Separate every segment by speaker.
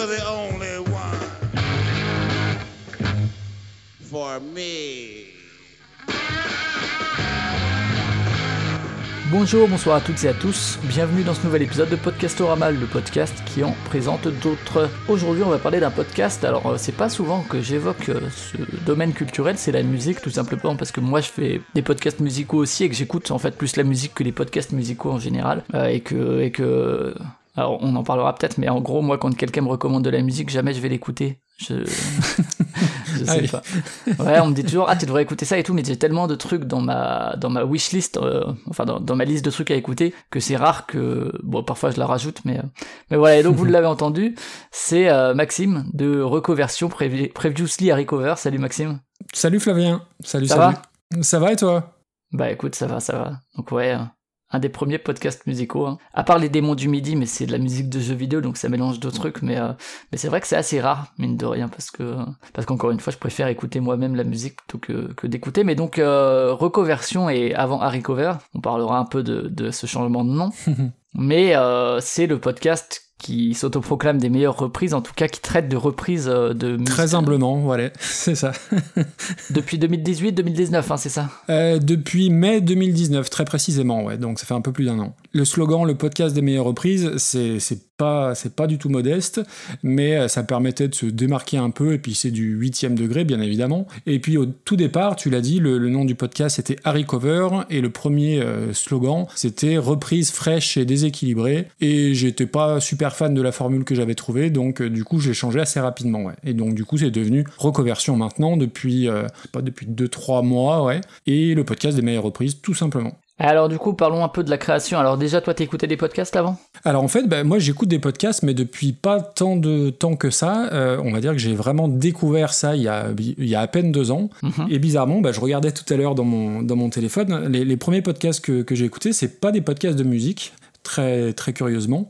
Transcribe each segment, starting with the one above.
Speaker 1: you're the only one for me.
Speaker 2: Bonjour, bonsoir à toutes et à tous, bienvenue dans ce nouvel épisode de Podcastorama, le podcast qui en présente d'autres. Aujourd'hui on va parler d'un podcast, alors c'est pas souvent que j'évoque ce domaine culturel, c'est la musique tout simplement parce que moi je fais des podcasts musicaux aussi et que j'écoute en fait plus la musique que les podcasts musicaux en général, et que... Alors on en parlera peut-être, mais en gros moi quand quelqu'un me recommande de la musique, jamais je vais l'écouter. Je sais pas. Ouais, on me dit toujours tu devrais écouter ça et tout, mais j'ai tellement de trucs dans ma wishlist, dans ma liste de trucs à écouter, que c'est rare que parfois je la rajoute, mais voilà. Et donc vous l'avez entendu, c'est Maxime de Recoversion Previously à Recover. Salut Maxime.
Speaker 3: Salut Flavien. Salut.
Speaker 2: Va
Speaker 3: ça va et toi?
Speaker 2: Bah écoute, ça va. Donc ouais. Un des premiers podcasts musicaux, hein. À part les démons du midi, mais c'est de la musique de jeux vidéo, donc ça mélange d'autres trucs, mais c'est vrai que c'est assez rare, mine de rien, parce qu'encore une fois, je préfère écouter moi-même la musique plutôt que d'écouter. Mais donc, Recoversion et avant Harry Cover, on parlera un peu de ce changement de nom, mais c'est le podcast qui s'autoproclame des meilleures reprises, en tout cas qui traite de reprises de musique.
Speaker 3: Très humblement, voilà, c'est ça.
Speaker 2: Depuis 2018-2019, hein, c'est ça?
Speaker 3: Depuis mai 2019, très précisément, ouais, donc ça fait un peu plus d'un an. Le slogan, le podcast des meilleures reprises, c'est pas du tout modeste, mais ça permettait de se démarquer un peu, et puis c'est du 8e degré, bien évidemment. Et puis au tout départ, tu l'as dit, le nom du podcast c'était Harry Cover, et le premier slogan, c'était reprise fraîche et déséquilibrée, et j'étais pas super fan de la formule que j'avais trouvée, donc du coup j'ai changé assez rapidement, ouais. Et donc du coup c'est devenu Recoversion maintenant, depuis 2-3 mois, ouais, et le podcast des meilleures reprises, tout simplement.
Speaker 2: Alors du coup, parlons un peu de la création. Alors déjà, toi, t'écoutais des podcasts avant ?
Speaker 3: Alors en fait, moi j'écoute des podcasts, mais depuis pas tant de temps que ça. On va dire que j'ai vraiment découvert ça il y a à peine 2 ans. Et bizarrement, je regardais tout à l'heure dans mon téléphone, les premiers podcasts que j'ai écoutés, c'est pas des podcasts de musique. Très, très curieusement,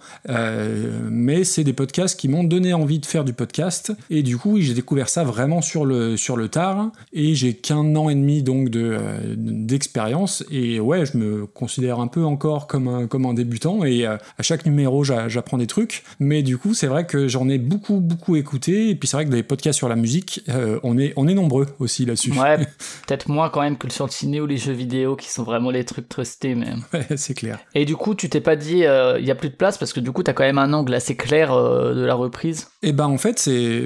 Speaker 3: mais c'est des podcasts qui m'ont donné envie de faire du podcast, et du coup j'ai découvert ça vraiment sur le tard, et j'ai qu'1 an et demi donc d'expérience, et ouais, je me considère un peu encore comme un débutant, et à chaque numéro j'apprends des trucs, mais du coup c'est vrai que j'en ai beaucoup écouté, et puis c'est vrai que dans les podcasts sur la musique, on est nombreux aussi là-dessus.
Speaker 2: Ouais, peut-être moins quand même que sur le ciné ou les jeux vidéo qui sont vraiment les trucs trustés, mais...
Speaker 3: Ouais, c'est clair.
Speaker 2: Et du coup tu t'es pas dit il y a plus de place, parce que du coup t'as quand même un angle assez clair de la reprise. Et
Speaker 3: en fait c'est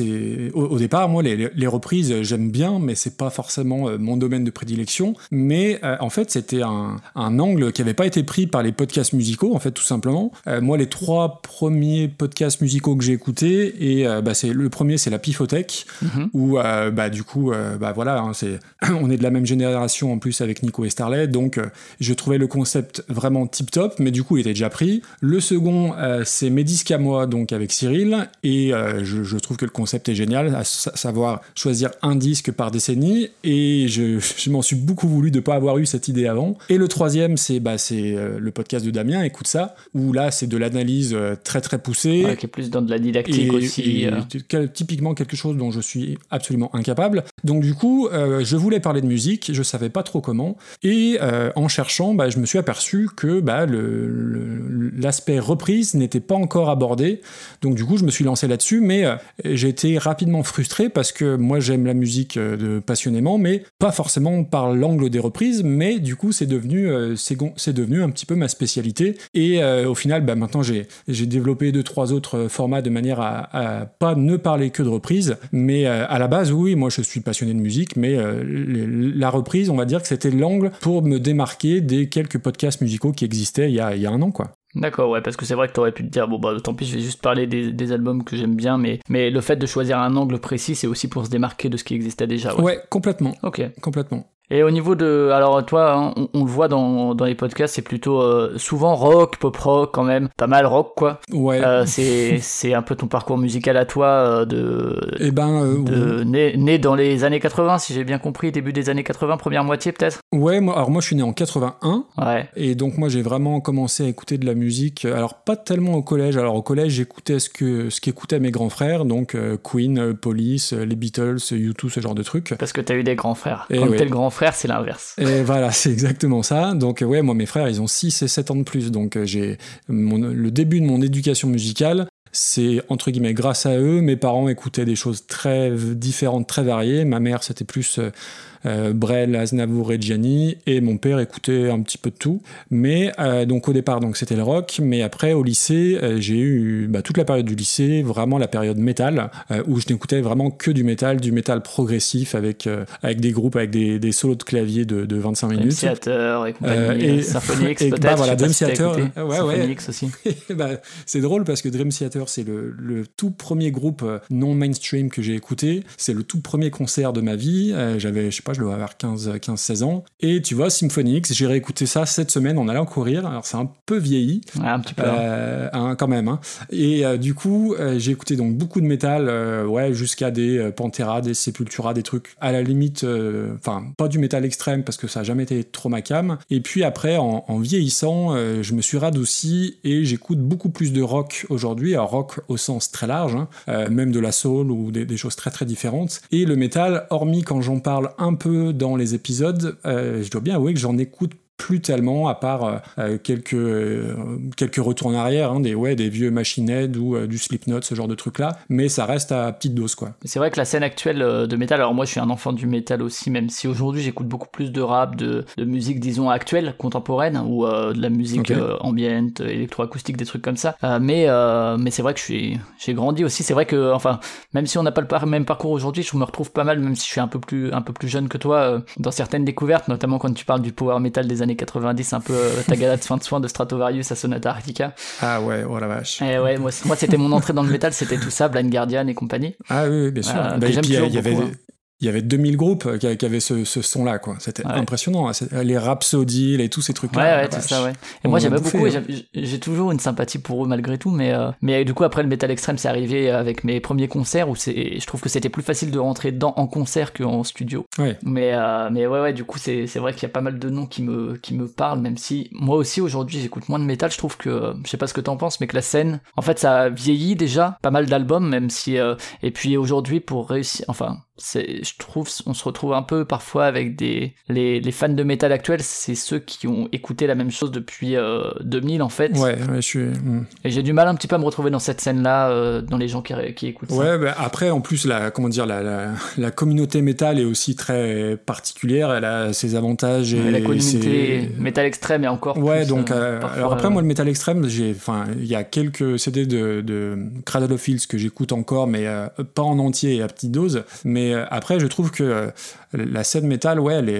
Speaker 3: au départ, moi les reprises j'aime bien, mais c'est pas forcément mon domaine de prédilection, mais en fait c'était un angle qui avait pas été pris par les podcasts musicaux, en fait, tout simplement. Moi les 3 premiers podcasts musicaux que j'ai écoutés, et c'est le premier, c'est la Pifothèque, où du coup voilà, hein, on est de la même génération en plus avec Nico et Starlet, donc je trouvais le concept vraiment tip top, mais du coup il était déjà pris. Le second, c'est Mes disques à moi, donc avec Cyril, et je trouve que le concept est génial, à savoir choisir un disque par décennie, et je m'en suis beaucoup voulu de pas avoir eu cette idée avant. Et le troisième, c'est le podcast de Damien, Écoute ça, où là c'est de l'analyse très très poussée,
Speaker 2: ouais, qui est plus dans de la didactique aussi,
Speaker 3: typiquement quelque chose dont je suis absolument incapable. Donc du coup je voulais parler de musique, je savais pas trop comment, et en cherchant, je me suis aperçu que l'aspect reprise n'était pas encore abordé, donc du coup je me suis lancé là-dessus, mais j'ai été rapidement frustré, parce que moi j'aime la musique passionnément, mais pas forcément par l'angle des reprises, mais du coup c'est devenu un petit peu ma spécialité, et au final maintenant j'ai développé 2-3 autres formats de manière à pas ne parler que de reprises, mais à la base oui, moi je suis passionné de musique, mais la reprise, on va dire que c'était l'angle pour me démarquer des quelques podcasts musicaux qui existaient il y a 1 an, quoi.
Speaker 2: D'accord, ouais, parce que c'est vrai que t'aurais pu te dire, tant pis, je vais juste parler des albums que j'aime bien, mais le fait de choisir un angle précis, c'est aussi pour se démarquer de ce qui existait déjà.
Speaker 3: Ouais, complètement.
Speaker 2: Ok.
Speaker 3: Complètement.
Speaker 2: Et au niveau de... Alors toi, hein, on le voit dans les podcasts, c'est plutôt souvent rock, pop-rock quand même, pas mal rock quoi.
Speaker 3: Ouais.
Speaker 2: C'est un peu ton parcours musical à toi né dans les années 80, si j'ai bien compris, début des années 80, première moitié peut-être.
Speaker 3: Ouais, moi je suis né en 81,
Speaker 2: ouais.
Speaker 3: Et donc moi j'ai vraiment commencé à écouter de la musique, alors pas tellement au collège, alors au collège j'écoutais ce qu'écoutaient mes grands frères, donc Queen, Police, les Beatles, U2, ce genre de trucs.
Speaker 2: Parce que t'as eu des grands frères. Quand t'es le grand frère, c'est l'inverse.
Speaker 3: Et voilà, c'est exactement ça. Donc ouais, moi mes frères ils ont 6 et 7 ans de plus, donc j'ai le début de mon éducation musicale, c'est entre guillemets grâce à eux, mes parents écoutaient des choses très différentes, très variées. Ma mère, c'était plus Brel, Aznavour et Gianni, et mon père écoutait un petit peu de tout. Mais donc au départ, donc c'était le rock, mais après au lycée, j'ai eu toute la période du lycée, vraiment la période métal, où je n'écoutais vraiment que du métal progressif avec des groupes, avec des solos de clavier de 25 minutes.
Speaker 2: Dream Theater et compagnie, Symphony X peut-être.
Speaker 3: Voilà, Dream Theater,
Speaker 2: Symphony X aussi.
Speaker 3: C'est drôle parce que Dream Theater, c'est le tout premier groupe non mainstream que j'ai écouté. C'est le tout premier concert de ma vie. J'avais, je sais pas, je dois avoir 15-16 ans. Et tu vois, Symphony X, j'ai réécouté ça cette semaine en allant courir. Alors c'est un peu vieilli.
Speaker 2: Ouais, un petit peu.
Speaker 3: Quand même. Hein. Et du coup, j'ai écouté donc beaucoup de métal, jusqu'à des Pantera, des Sepultura, des trucs à la limite, pas du métal extrême parce que ça a jamais été trop ma came. Et puis après, en vieillissant, je me suis radouci et j'écoute beaucoup plus de rock aujourd'hui. Alors rock au sens très large, hein, même de la soul ou des choses très très différentes. Et le métal, hormis quand j'en parle un peu dans les épisodes, je dois bien avouer que j'en écoute plus tellement, à part quelques retours en arrière, hein, des vieux Machine Head ou du Slipknot, ce genre de trucs-là, mais ça reste à petite dose, quoi.
Speaker 2: C'est vrai que la scène actuelle de métal, alors moi je suis un enfant du métal aussi, même si aujourd'hui j'écoute beaucoup plus de rap, de musique, disons, actuelle, contemporaine, ou de la musique ambient, électroacoustique, des trucs comme ça, mais c'est vrai que j'ai grandi aussi, c'est vrai que, même si on n'a pas le même parcours aujourd'hui, je me retrouve pas mal, même si je suis un peu plus jeune que toi, dans certaines découvertes, notamment quand tu parles du power metal des années 90, un peu Tagada de fin de soin de Stratovarius à Sonata Arctica.
Speaker 3: Ah ouais, oh la vache.
Speaker 2: Et ouais, moi c'était mon entrée dans le métal, c'était tout ça, Blind Guardian et compagnie.
Speaker 3: Ah oui, bien sûr.
Speaker 2: Et puis
Speaker 3: il y avait 2000 groupes qui avaient ce son-là, quoi. C'était impressionnant. Hein. Les Rhapsody, tout ces trucs-là.
Speaker 2: Ouais, tout ça, ouais. Et moi, j'aimais beaucoup, j'ai toujours une sympathie pour eux malgré tout, mais du coup, après, le métal extrême, c'est arrivé avec mes premiers concerts où je trouve que c'était plus facile de rentrer dedans en concert qu'en studio. Ouais. Mais ouais, du coup, c'est vrai qu'il y a pas mal de noms qui me parlent, même si moi aussi, aujourd'hui, j'écoute moins de métal. Je trouve que, je sais pas ce que t'en penses, mais que la scène, en fait, ça a vieilli déjà, pas mal d'albums, même si, et puis aujourd'hui, pour réussir, je trouve, on se retrouve un peu parfois avec les fans de métal actuels, c'est ceux qui ont écouté la même chose depuis 2000 en fait.
Speaker 3: Ouais, je suis.
Speaker 2: Et j'ai du mal un petit peu à me retrouver dans cette scène-là, dans les gens qui écoutent ça.
Speaker 3: Ouais, après, en plus, la communauté métal est aussi très particulière, elle a ses avantages. Et
Speaker 2: la communauté métal extrême est encore plus.
Speaker 3: Donc, alors après, moi, le métal extrême, il y a quelques CD de Cradle of Filth que j'écoute encore, mais pas en entier et à petite dose. Mais après, je trouve que la scène métal,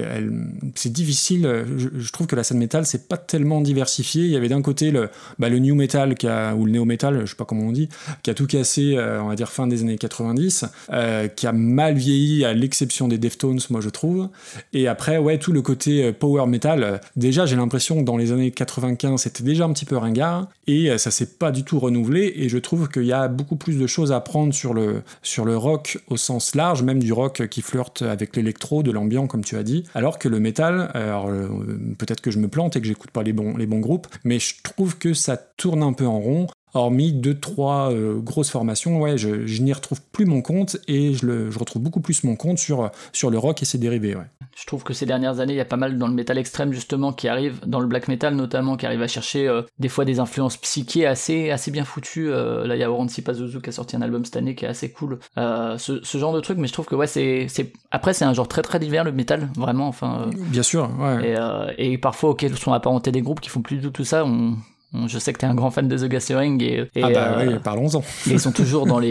Speaker 3: c'est difficile. Je trouve que la scène métal, c'est pas tellement diversifié. Il y avait d'un côté le new metal ou le néo metal, je sais pas comment on dit, qui a tout cassé, on va dire fin des années 90, qui a mal vieilli à l'exception des Deftones, moi je trouve. Et après, tout le côté power metal. Déjà, j'ai l'impression que dans les années 95, c'était déjà un petit peu ringard et ça s'est pas du tout renouvelé. Et je trouve qu'il y a beaucoup plus de choses à prendre sur le rock au sens large, même du rock qui flirte avec l'électro, de l'ambiant comme tu as dit, alors que le métal, peut-être que je me plante et que j'écoute pas les bons groupes, mais je trouve que ça tourne un peu en rond. Hormis 2-3 grosses formations, je n'y retrouve plus mon compte et je retrouve beaucoup plus mon compte sur le rock et ses dérivés. Ouais.
Speaker 2: Je trouve que ces dernières années, il y a pas mal dans le métal extrême justement qui arrive, dans le black metal notamment, qui arrive à chercher des fois des influences psyché assez bien foutues. Là, il y a Oranzi Pazuzu qui a sorti un album cette année qui est assez cool. Ce genre de truc, mais je trouve que après c'est un genre très très divers le métal, vraiment.
Speaker 3: Bien sûr, ouais.
Speaker 2: Et parfois auxquels sont apparentés des groupes qui font plus du tout ça. Je sais que t'es un grand fan de The Gathering et
Speaker 3: oui, parlons-en.
Speaker 2: Et ils sont toujours dans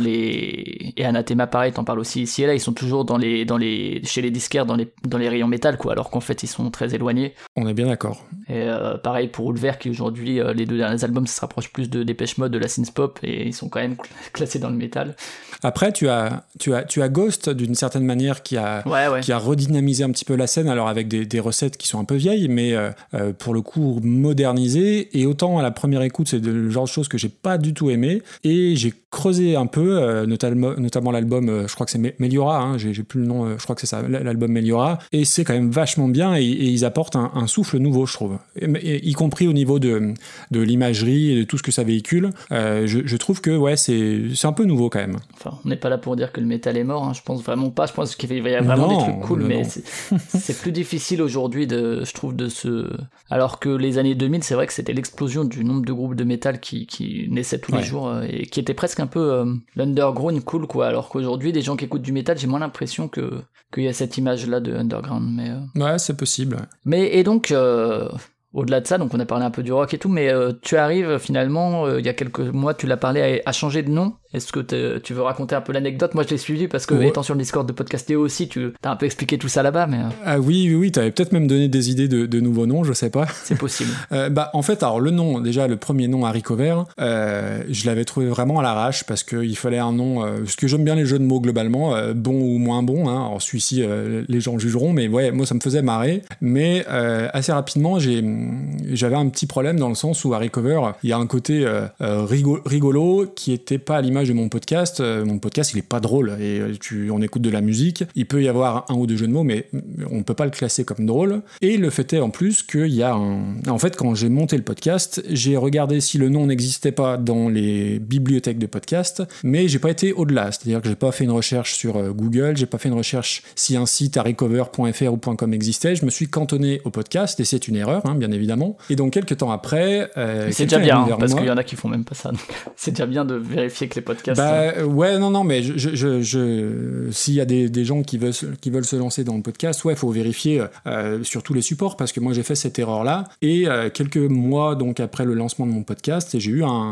Speaker 2: les et Anathema pareil, t'en parles aussi ici et là, ils sont toujours chez les disquaires dans les rayons métal quoi, alors qu'en fait ils sont très éloignés.
Speaker 3: On est bien d'accord.
Speaker 2: Et pareil pour Ulver qui aujourd'hui les 2 derniers albums ça se rapproche plus de Depeche Mode, de la synth-pop et ils sont quand même classés dans le métal.
Speaker 3: Après tu as Ghost d'une certaine manière qui a redynamisé un petit peu la scène, alors avec des recettes qui sont un peu vieilles mais pour le coup modernisées. Et autant à la première écoute, c'est le genre de choses que j'ai pas du tout aimé, et j'ai creusé un peu, notamment l'album, je crois que c'est Meliora, hein, j'ai plus le nom, je crois que c'est ça, l'album Meliora, et c'est quand même vachement bien, et ils apportent un souffle nouveau, je trouve, y compris au niveau de l'imagerie et de tout ce que ça véhicule. Je trouve que ouais, c'est un peu nouveau quand même.
Speaker 2: Enfin, on n'est pas là pour dire que le métal est mort, hein, je pense vraiment pas, je pense qu'il y a vraiment des trucs cool, mais c'est plus difficile aujourd'hui, je trouve, alors que les années 2000, c'est vrai que c'était l'explosion du nombre de groupes de métal qui naissaient tous les jours, et qui était presque un peu l'underground cool, quoi, alors qu'aujourd'hui, les gens qui écoutent du métal, j'ai moins l'impression qu'il y a cette image-là de underground, mais...
Speaker 3: Ouais, c'est possible.
Speaker 2: Mais, et donc... Au-delà de ça, donc on a parlé un peu du rock et tout, mais tu arrives finalement, il y a quelques mois, tu l'as parlé, à changer de nom. Est-ce que tu veux raconter un peu l'anecdote? Moi je l'ai suivi parce que, étant sur le Discord de Podcastéo aussi, tu as un peu expliqué tout ça là-bas, mais...
Speaker 3: Ah oui, t'avais peut-être même donné des idées de nouveaux noms, je sais pas.
Speaker 2: C'est possible.
Speaker 3: En fait, alors le nom, déjà le premier nom, Harry Cover, je l'avais trouvé vraiment à l'arrache parce qu'il fallait un nom, parce que j'aime bien les jeux de mots globalement, bon ou moins bon, hein. Alors celui-ci, les gens jugeront, mais ouais, moi ça me faisait marrer, mais assez rapidement, j'avais un petit problème dans le sens où Harry Cover, il y a un côté rigolo qui était pas à l'image de mon podcast. Mon podcast, il est pas drôle, et on écoute de la musique, il peut y avoir un ou deux jeux de mots, mais on peut pas le classer comme drôle. Et le fait est en plus qu'il y a en fait, quand j'ai monté le podcast, j'ai regardé si le nom n'existait pas dans les bibliothèques de podcast, mais j'ai pas été au-delà, c'est-à-dire que j'ai pas fait une recherche sur Google, j'ai pas fait une recherche si un site harrycover.fr ou .com existait, je me suis cantonné au podcast, et c'est une erreur, hein, bien évidemment. Et donc quelques temps après,
Speaker 2: c'est déjà bien, hein, parce qu'il y en a qui font même pas ça, donc c'est déjà bien de vérifier que les podcasts...
Speaker 3: Ouais, non, mais s'il y a des gens qui veulent se lancer dans le podcast, ouais, faut vérifier sur tous les supports, parce que moi j'ai fait cette erreur-là, et quelques mois donc après le lancement de mon podcast, et j'ai eu un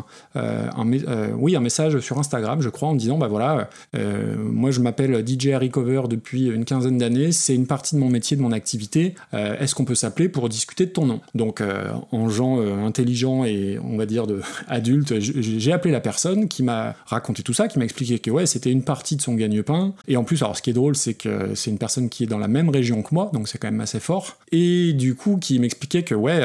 Speaker 3: message sur Instagram, je crois, en me disant, bah voilà, moi je m'appelle DJ Harry Cover depuis une quinzaine d'années, c'est une partie de mon métier, de mon activité, est-ce qu'on peut s'appeler pour discuter de ton nom? Donc en gens intelligents et on va dire adultes, j'ai appelé la personne qui m'a raconté tout ça, qui m'a expliqué que ouais, c'était une partie de son gagne-pain, et en plus, alors ce qui est drôle, c'est que c'est une personne qui est dans la même région que moi, donc c'est quand même assez fort, et du coup qui m'expliquait que ouais,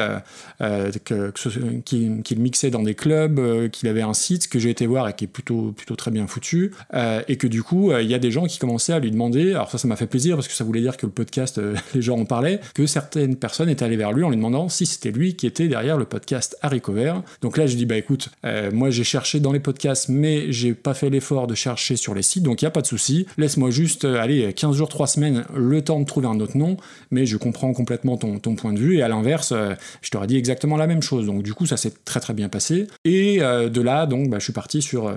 Speaker 3: qu'il mixait dans des clubs, qu'il avait un site que j'ai été voir et qui est plutôt très bien foutu, et que du coup il y a des gens qui commençaient à lui demander, alors ça m'a fait plaisir parce que ça voulait dire que le podcast, les gens en parlaient, que certaines personnes étaient allées vers lui en lui demandant si c'était lui qui était derrière le podcast Harry Cover. Donc là j'ai dit, bah écoute, moi j'ai cherché dans les podcasts, mais j'ai pas fait l'effort de chercher sur les sites, donc il n'y a pas de souci, laisse-moi juste 15 jours, 3 semaines, le temps de trouver un autre nom, mais je comprends complètement ton point de vue, et à l'inverse, je t'aurais dit exactement la même chose, donc du coup ça s'est très très bien passé, et de là, donc je suis parti sur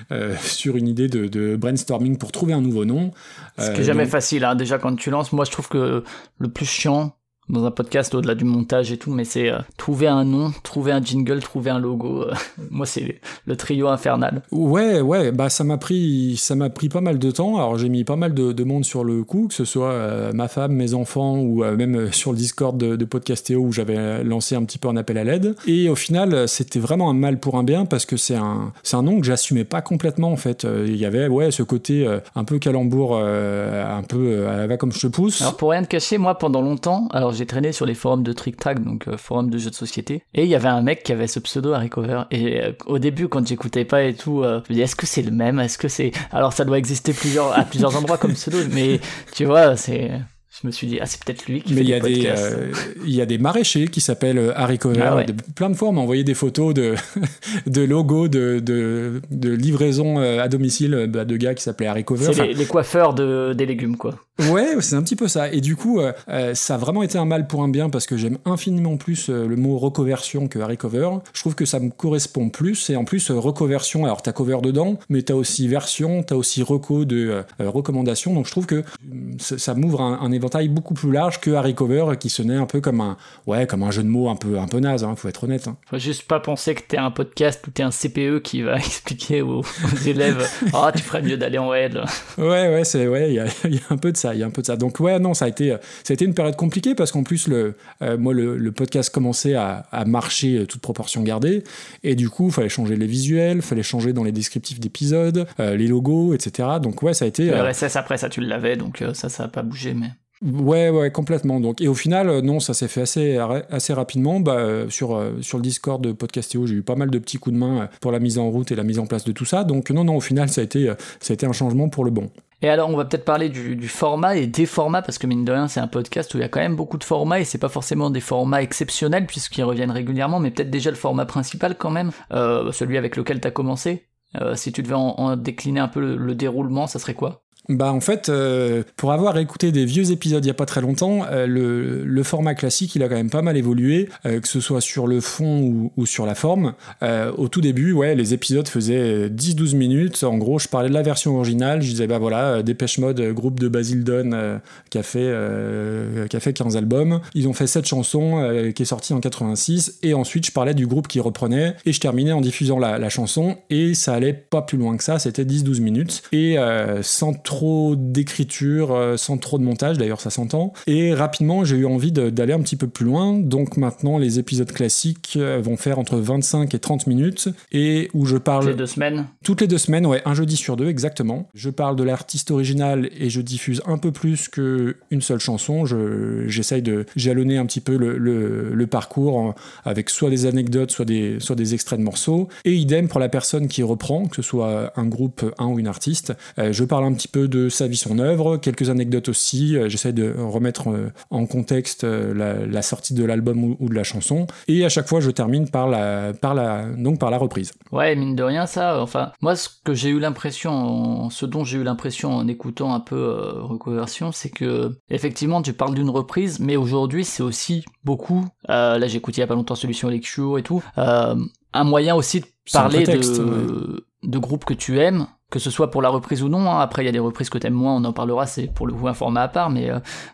Speaker 3: une idée de brainstorming pour trouver un nouveau nom.
Speaker 2: Ce qui est jamais facile, hein. Déjà quand tu lances, moi je trouve que le plus chiant dans un podcast, au-delà du montage et tout, mais c'est trouver un nom, trouver un jingle, trouver un logo. Moi, c'est le trio infernal.
Speaker 3: Ouais, bah ça m'a pris pas mal de temps. Alors j'ai mis pas mal de monde sur le coup, que ce soit ma femme, mes enfants, ou même sur le Discord de Podcastéo où j'avais lancé un petit peu un appel à l'aide. Et au final, c'était vraiment un mal pour un bien, parce que c'est un nom que j'assumais pas complètement en fait. Il y avait ce côté un peu calembour, un peu à la va comme je te pousse.
Speaker 2: Alors pour rien te cacher, moi pendant longtemps, alors j'ai traîné sur les forums de Trick Track, donc forum de jeux de société, et il y avait un mec qui avait ce pseudo Harry Cover, et au début quand j'écoutais pas et tout, je me disais est-ce que c'est le même, est-ce que c'est... Alors ça doit exister à plusieurs endroits comme pseudo, mais tu vois, je me suis dit, c'est peut-être lui qui fait des podcasts.
Speaker 3: Il y a des maraîchers qui s'appellent Harry Cover.
Speaker 2: Ah ouais.
Speaker 3: Plein de fois, on m'a envoyé des photos de logos de livraison à domicile de gars qui s'appelaient Harry Cover.
Speaker 2: C'est les coiffeurs des légumes, quoi.
Speaker 3: Ouais, c'est un petit peu ça. Et du coup, ça a vraiment été un mal pour un bien, parce que j'aime infiniment plus le mot reconversion que Harry Cover. Je trouve que ça me correspond plus. Et en plus, reconversion, alors t'as cover dedans, mais t'as aussi version, t'as aussi reco de recommandation. Donc je trouve que ça m'ouvre un éventail beaucoup plus large que Harry Cover, qui sonnait un peu comme un jeu de mots un peu naze, hein, faut être honnête. Hein.
Speaker 2: Faut juste pas penser que t'es un podcast ou t'es un CPE qui va expliquer aux élèves tu ferais mieux d'aller en L.
Speaker 3: Ouais, il y a un peu de ça. Donc ouais, non, ça a été une période compliquée, parce qu'en plus moi le podcast commençait à marcher, toute proportion gardée, et du coup il fallait changer les visuels, il fallait changer dans les descriptifs d'épisodes, les logos, etc. Donc ouais, ça a été...
Speaker 2: Le RSS après ça tu l'avais, donc ça a pas bougé, mais...
Speaker 3: Ouais, complètement. Donc, et au final, non, ça s'est fait assez rapidement. Sur le Discord de Podcastéo, j'ai eu pas mal de petits coups de main pour la mise en route et la mise en place de tout ça. Donc non, au final, ça a été un changement pour le bon.
Speaker 2: Et alors, on va peut-être parler du format et des formats, parce que mine de rien, c'est un podcast où il y a quand même beaucoup de formats, et c'est pas forcément des formats exceptionnels, puisqu'ils reviennent régulièrement, mais peut-être déjà le format principal quand même, celui avec lequel t'as commencé. Si tu devais en décliner un peu le déroulement, ça serait quoi ?
Speaker 3: En fait, pour avoir écouté des vieux épisodes il y a pas très longtemps, le format classique, il a quand même pas mal évolué, que ce soit sur le fond ou sur la forme. Au tout début, les épisodes faisaient 10-12 minutes. En gros, je parlais de la version originale. Je disais, Depeche Mode, groupe de Basildon, qui a fait 15 albums. Ils ont fait 7 chansons, qui est sortie en 86. Et ensuite, je parlais du groupe qui reprenait. Et je terminais en diffusant la chanson. Et ça allait pas plus loin que ça. C'était 10-12 minutes. Et sans trop d'écriture, sans trop de montage, d'ailleurs ça s'entend. Et rapidement, j'ai eu envie d'aller un petit peu plus loin. Donc maintenant, les épisodes classiques vont faire entre 25 et 30 minutes, et où je parle...
Speaker 2: Toutes les 2 semaines ?
Speaker 3: Toutes les 2 semaines, un jeudi sur 2, exactement. Je parle de l'artiste original et je diffuse un peu plus qu'une seule chanson. J'essaye de jalonner un petit peu le parcours avec soit des anecdotes, soit des extraits de morceaux. Et idem pour la personne qui reprend, que ce soit un groupe, un ou une artiste. Je parle un petit peu de sa vie, son œuvre, quelques anecdotes aussi. J'essaie de remettre en contexte la sortie de l'album ou de la chanson. Et à chaque fois, je termine par la reprise.
Speaker 2: Ouais, mine de rien, ça, moi, ce dont j'ai eu l'impression en écoutant un peu Recoversion, c'est que, effectivement, tu parles d'une reprise, mais aujourd'hui, c'est aussi beaucoup, là, j'ai écouté il y a pas longtemps celui sur les Cure et tout, un moyen aussi de parler de groupes que tu aimes, que ce soit pour la reprise ou non, hein. Après il y a des reprises que t'aimes moins, on en parlera, c'est pour le coup un format à part, mais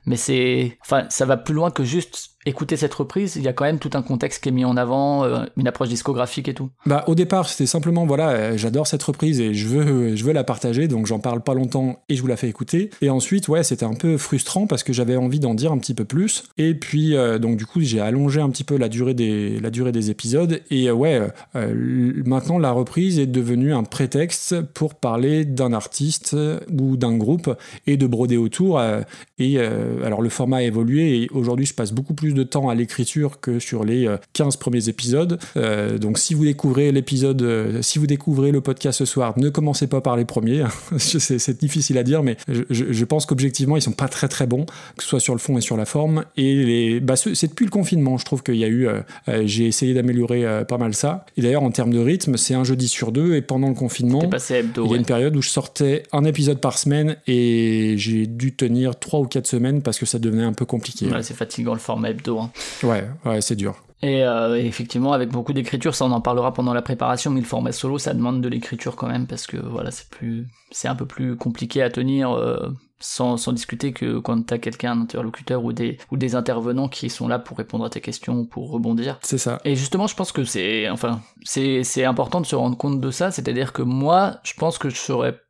Speaker 2: ça va plus loin que juste écouter cette reprise. Il y a quand même tout un contexte qui est mis en avant, une approche discographique et tout.
Speaker 3: Au départ c'était simplement j'adore cette reprise et je veux la partager, donc j'en parle pas longtemps et je vous la fais écouter. Et ensuite c'était un peu frustrant parce que j'avais envie d'en dire un petit peu plus, et puis donc du coup j'ai allongé un petit peu la durée des épisodes, et maintenant la reprise est devenue un prétexte pour parler d'un artiste ou d'un groupe et de broder autour. Alors le format a évolué et aujourd'hui je passe beaucoup plus de temps à l'écriture que sur les 15 premiers épisodes. Donc si vous découvrez le podcast ce soir, ne commencez pas par les premiers. C'est difficile à dire, mais je pense qu'objectivement ils sont pas très très bons, que ce soit sur le fond et sur la forme. Et c'est depuis le confinement, je trouve qu'il y a eu j'ai essayé d'améliorer pas mal ça. Et d'ailleurs en termes de rythme, c'est un jeudi sur 2, et pendant le confinement,
Speaker 2: t'es passé hebdo,
Speaker 3: il y a une période où je sortais un épisode par semaine et j'ai dû tenir 3 ou 4 semaines parce que ça devenait un peu compliqué.
Speaker 2: Ouais, c'est fatigant le format hebdo, hein.
Speaker 3: Ouais, c'est dur.
Speaker 2: Et effectivement, avec beaucoup d'écriture, ça on en parlera pendant la préparation, mais le format solo, ça demande de l'écriture quand même, parce que c'est un peu plus compliqué à tenir sans discuter que quand t'as quelqu'un, un interlocuteur ou des intervenants qui sont là pour répondre à tes questions, pour rebondir.
Speaker 3: C'est ça.
Speaker 2: Et justement, je pense que c'est important de se rendre compte de ça, c'est-à-dire que moi, je pense que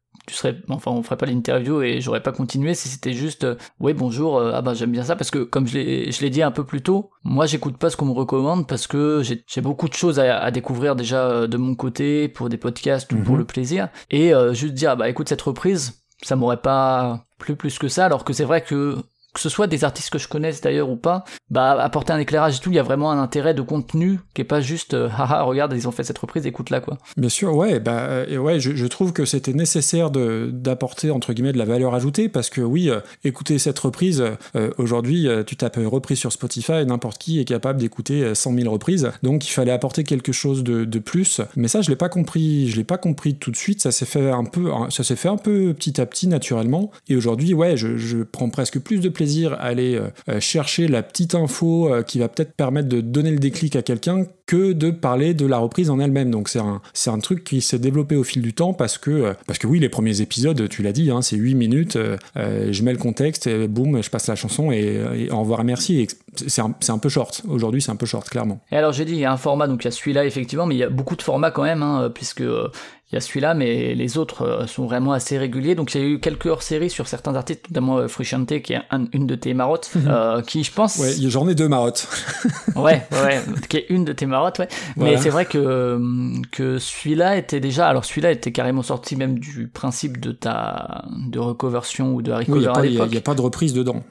Speaker 2: on ferait pas l'interview et j'aurais pas continué si c'était juste bonjour, j'aime bien ça, parce que comme je l'ai dit un peu plus tôt, moi j'écoute pas ce qu'on me recommande parce que j'ai beaucoup de choses à découvrir déjà de mon côté pour des podcasts ou pour le plaisir, et juste dire écoute cette reprise, ça m'aurait pas plu plus que ça, alors que c'est vrai que ce soit des artistes que je connaisse d'ailleurs ou pas, apporter un éclairage et tout, il y a vraiment un intérêt de contenu qui est pas juste regarde, ils ont fait cette reprise, écoute-la quoi.
Speaker 3: Bien sûr, je trouve que c'était nécessaire d'apporter entre guillemets de la valeur ajoutée, parce que écouter cette reprise, aujourd'hui tu tapes reprise sur Spotify, n'importe qui est capable d'écouter 100 000 reprises, donc il fallait apporter quelque chose de plus, mais ça je l'ai pas compris tout de suite, ça s'est fait un peu petit à petit naturellement, et aujourd'hui je prends presque plus de plaisir à aller chercher la petite info qui va peut-être permettre de donner le déclic à quelqu'un que de parler de la reprise en elle-même. Donc c'est un truc qui s'est développé au fil du temps, parce que les premiers épisodes, tu l'as dit, c'est 8 minutes, je mets le contexte, et boum, je passe la chanson et au revoir et merci. Et c'est un peu short. Aujourd'hui, c'est un peu short, clairement.
Speaker 2: Et alors, j'ai dit, il y a un format, donc il y a celui-là, effectivement, mais il y a beaucoup de formats quand même, puisque il y a celui-là, mais les autres sont vraiment assez réguliers. Donc il y a eu quelques hors-séries sur certains artistes, notamment Frusciante, qui est une de tes marottes, qui, je pense...
Speaker 3: Ouais, j'en ai 2 marottes. ouais,
Speaker 2: qui est une de tes marottes, ouais. Voilà. Mais c'est vrai que celui-là était carrément sorti même du principe de Recoversion ou de Recover à l'époque.
Speaker 3: Il n'y a pas de reprise dedans, ouais.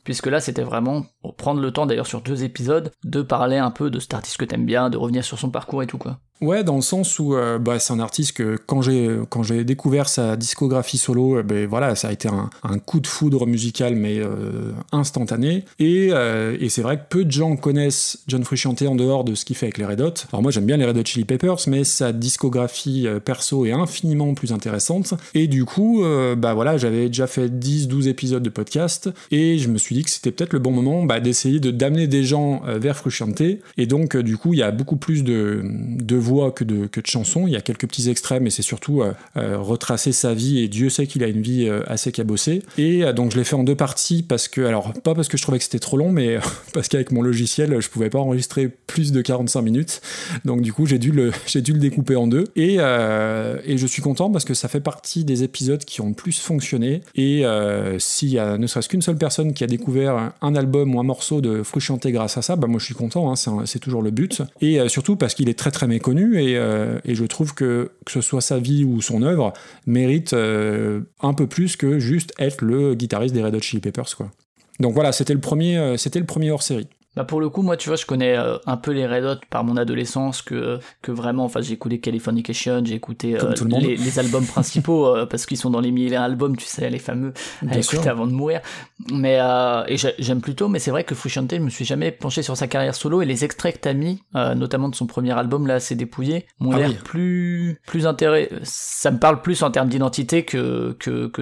Speaker 2: puisque là c'était vraiment pour prendre le temps, d'ailleurs sur 2 épisodes, de parler un peu de cet artiste que t'aimes bien, de revenir sur son parcours et tout quoi.
Speaker 3: Ouais, dans le sens où c'est un artiste que quand j'ai découvert sa discographie solo, voilà, ça a été un coup de foudre musical mais instantané. Et c'est vrai que peu de gens connaissent John Frusciante en dehors de ce qu'il fait avec les Red Hot. Alors moi j'aime bien les Red Hot Chili Peppers, mais sa discographie perso est infiniment plus intéressante. Et du coup, voilà, j'avais déjà fait 10-12 épisodes de podcast et je me suis dit que c'était peut-être le bon moment d'essayer d'amener des gens vers Frusciante. Et donc du coup, il y a beaucoup plus de voix que de chansons. Il y a quelques petits extraits, mais c'est surtout retracer sa vie, et Dieu sait qu'il a une vie assez cabossée. Et donc je l'ai fait en 2 parties parce que, alors pas parce que je trouvais que c'était trop long, mais parce qu'avec mon logiciel, je pouvais pas enregistrer plus de 45 minutes. Donc du coup, j'ai dû le découper en 2. Et je suis content parce que ça fait partie des épisodes qui ont le plus fonctionné. Et s'il y a ne serait-ce qu'une seule personne qui a découvert un album ou un morceau de Frusciante grâce à ça, moi je suis content, hein, c'est toujours le but. Et surtout parce qu'il est très très méconnu. Et je trouve que ce soit sa vie ou son œuvre mérite un peu plus que juste être le guitariste des Red Hot Chili Peppers, quoi. Donc voilà, c'était le premier hors-série.
Speaker 2: Pour le coup, moi, tu vois, je connais un peu les Red Hot par mon adolescence, que vraiment, j'ai écouté Californication, j'ai écouté les albums principaux, parce qu'ils sont dans les 1001 albums, tu sais, les fameux, à écouter avant de mourir. Mais, et j'aime plutôt, mais c'est vrai que Frusciante, je me suis jamais penché sur sa carrière solo, et les extraits que t'as mis, notamment de son premier album, là, C'est dépouillé, m'ont l'air plus intéressant. Ça me parle plus en termes d'identité que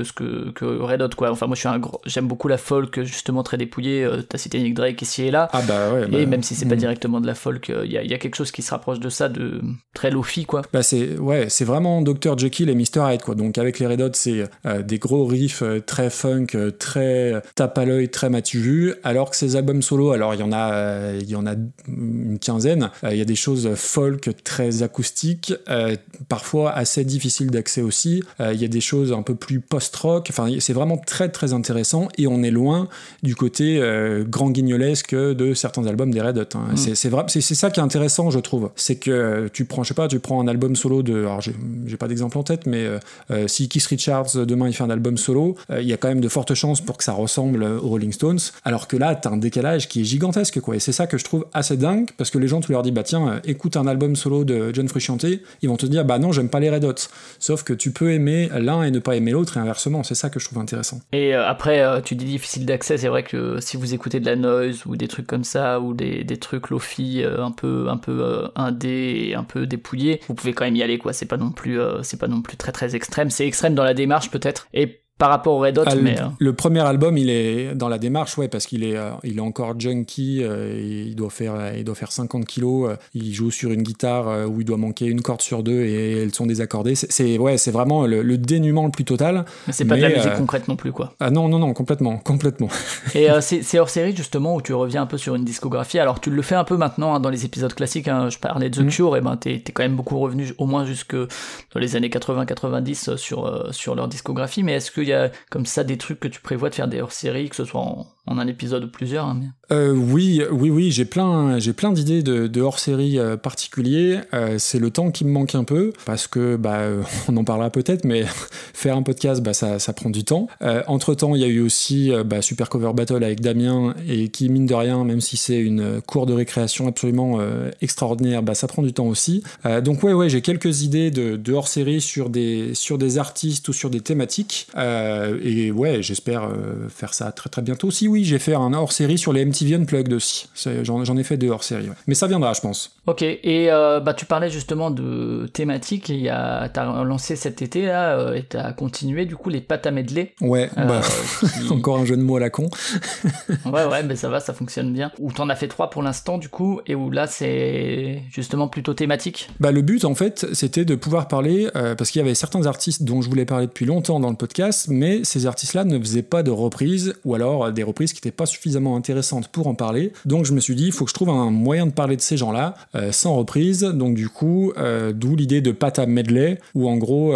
Speaker 2: Red Hot, quoi. Enfin, moi, j'aime beaucoup la folk, justement, très dépouillée, t'as cité Nick Drake ici et là. Et même si c'est pas directement de la folk, il y a quelque chose qui se rapproche de ça, de très lo-fi, quoi.
Speaker 3: C'est vraiment Dr. Jekyll et Mr. Hyde, quoi. Donc avec les Red Hot, c'est des gros riffs très funk, très tape à l'œil, très matu vu, alors que ces albums solo, alors il y en a une quinzaine, il y a des choses folk très acoustiques, parfois assez difficiles d'accès aussi, il y a des choses un peu plus post-rock, enfin c'est vraiment très très intéressant, et on est loin du côté grand guignolesque de certains albums des Red Hot, hein. C'est ça qui est intéressant, je trouve, c'est que tu prends un album solo alors j'ai pas d'exemple en tête, mais si Keith Richards demain il fait un album solo, il y a quand même de fortes chances pour que ça ressemble aux Rolling Stones, alors que là t'as un décalage qui est gigantesque, quoi. Et c'est ça que je trouve assez dingue, parce que les gens, tu leur dis tiens, écoute un album solo de John Frusciante, ils vont te dire non, j'aime pas les Red Hot, sauf que tu peux aimer l'un et ne pas aimer l'autre, et inversement. C'est ça que je trouve intéressant.
Speaker 2: Et après, tu dis difficile d'accès, c'est vrai que si vous écoutez de la noise ou des trucs comme ça, ou des trucs lo-fi un peu indé et un peu dépouillés, vous pouvez quand même y aller, quoi. C'est pas non plus très très extrême, c'est extrême dans la démarche peut-être, et par rapport au Red Hot,
Speaker 3: le premier album, il est dans la démarche, parce qu'il est encore junkie, il doit faire 50 kilos, il joue sur une guitare où il doit manquer une corde sur 2 et elles sont désaccordées. C'est vraiment le dénuement le plus total.
Speaker 2: Mais c'est pas de la musique concrète non plus, quoi.
Speaker 3: Ah non, complètement.
Speaker 2: Et c'est hors série justement où tu reviens un peu sur une discographie. Alors tu le fais un peu maintenant, hein, dans les épisodes classiques, hein. Je parlais de The Cure, et t'es quand même beaucoup revenu au moins jusque dans les années 80-90 sur leur discographie. Mais est-ce qu'il y a comme ça des trucs que tu prévois de faire des hors-séries, que ce soit en un épisode ou plusieurs, hein,
Speaker 3: Oui, j'ai plein d'idées de hors-série particuliers. C'est le temps qui me manque un peu, parce que on en parlera peut-être, mais faire un podcast, ça prend du temps. Entre-temps, il y a eu aussi Super Cover Battle avec Damien, et qui, mine de rien, même si c'est une cour de récréation absolument extraordinaire, ça prend du temps aussi. Donc j'ai quelques idées de hors-série sur des artistes ou sur des thématiques. Et j'espère faire ça très très bientôt. Oui, j'ai fait un hors-série sur les MTV Unplugged aussi. J'en ai fait 2 hors-série. Ouais. Mais ça viendra, je pense.
Speaker 2: Ok, et tu parlais justement de thématiques, t'as lancé cet été là, et t'as continué du coup les pâtes à medley.
Speaker 3: Ouais, encore un jeu de mots à la con.
Speaker 2: ouais, mais ça va, ça fonctionne bien. Où t'en as fait 3 pour l'instant du coup, et où là c'est justement plutôt thématique.
Speaker 3: Le but en fait, c'était de pouvoir parler, parce qu'il y avait certains artistes dont je voulais parler depuis longtemps dans le podcast, mais ces artistes-là ne faisaient pas de reprises, ou alors des reprises qui n'étaient pas suffisamment intéressantes pour en parler. Donc je me suis dit, il faut que je trouve un moyen de parler de ces gens-là sans reprise. Donc du coup, d'où l'idée de pâte à medley, où en gros,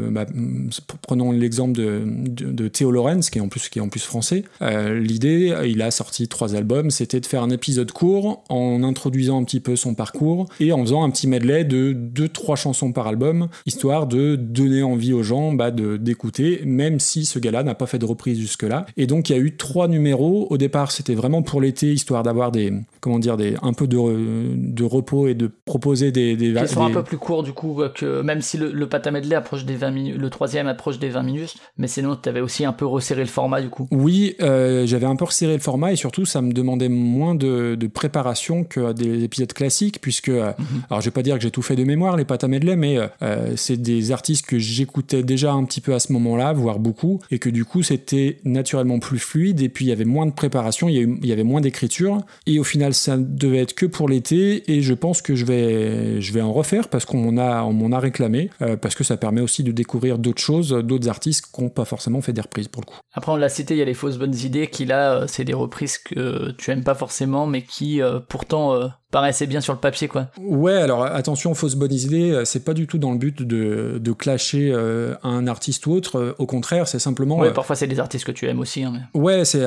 Speaker 3: prenons l'exemple de Théo Lorenz, qui est en plus français. L'idée, il a sorti 3 albums, c'était de faire un épisode court en introduisant un petit peu son parcours et en faisant un petit medley de 2-3 chansons par album, histoire de donner envie aux gens d'écouter, même si ce gars-là n'a pas fait de reprise jusque-là. Et donc il y a eu 3 numéros numéros. Au départ, c'était vraiment pour l'été, histoire d'avoir un peu de repos et de proposer
Speaker 2: Qui sont un peu plus courts du coup, que même si le Pâte à Medley approche des 20 minutes, le troisième approche des 20 minutes, mais sinon t'avais aussi un peu resserré le format du coup.
Speaker 3: Oui, j'avais un peu resserré le format et surtout ça me demandait moins de préparation que des épisodes classiques, puisque, alors je vais pas dire que j'ai tout fait de mémoire, les Pâte à Medley, mais c'est des artistes que j'écoutais déjà un petit peu à ce moment-là, voire beaucoup, et que du coup c'était naturellement plus fluide, et puis il y avait moins de préparation, il y avait moins d'écriture, et au final ça devait être que pour l'été, et je pense que je vais en refaire parce qu'on m'en a réclamé, parce que ça permet aussi de découvrir d'autres choses, d'autres artistes qui n'ont pas forcément fait des reprises pour le coup.
Speaker 2: Après on l'a cité, il y a les fausses bonnes idées qui là c'est des reprises que tu aimes pas forcément mais qui pourtant paraissaient bien sur le papier quoi.
Speaker 3: Ouais, alors attention, fausses bonnes idées, c'est pas du tout dans le but de clasher un artiste ou autre, au contraire c'est simplement...
Speaker 2: Ouais, parfois c'est des artistes que tu aimes aussi. Hein, mais...
Speaker 3: Ouais, c'est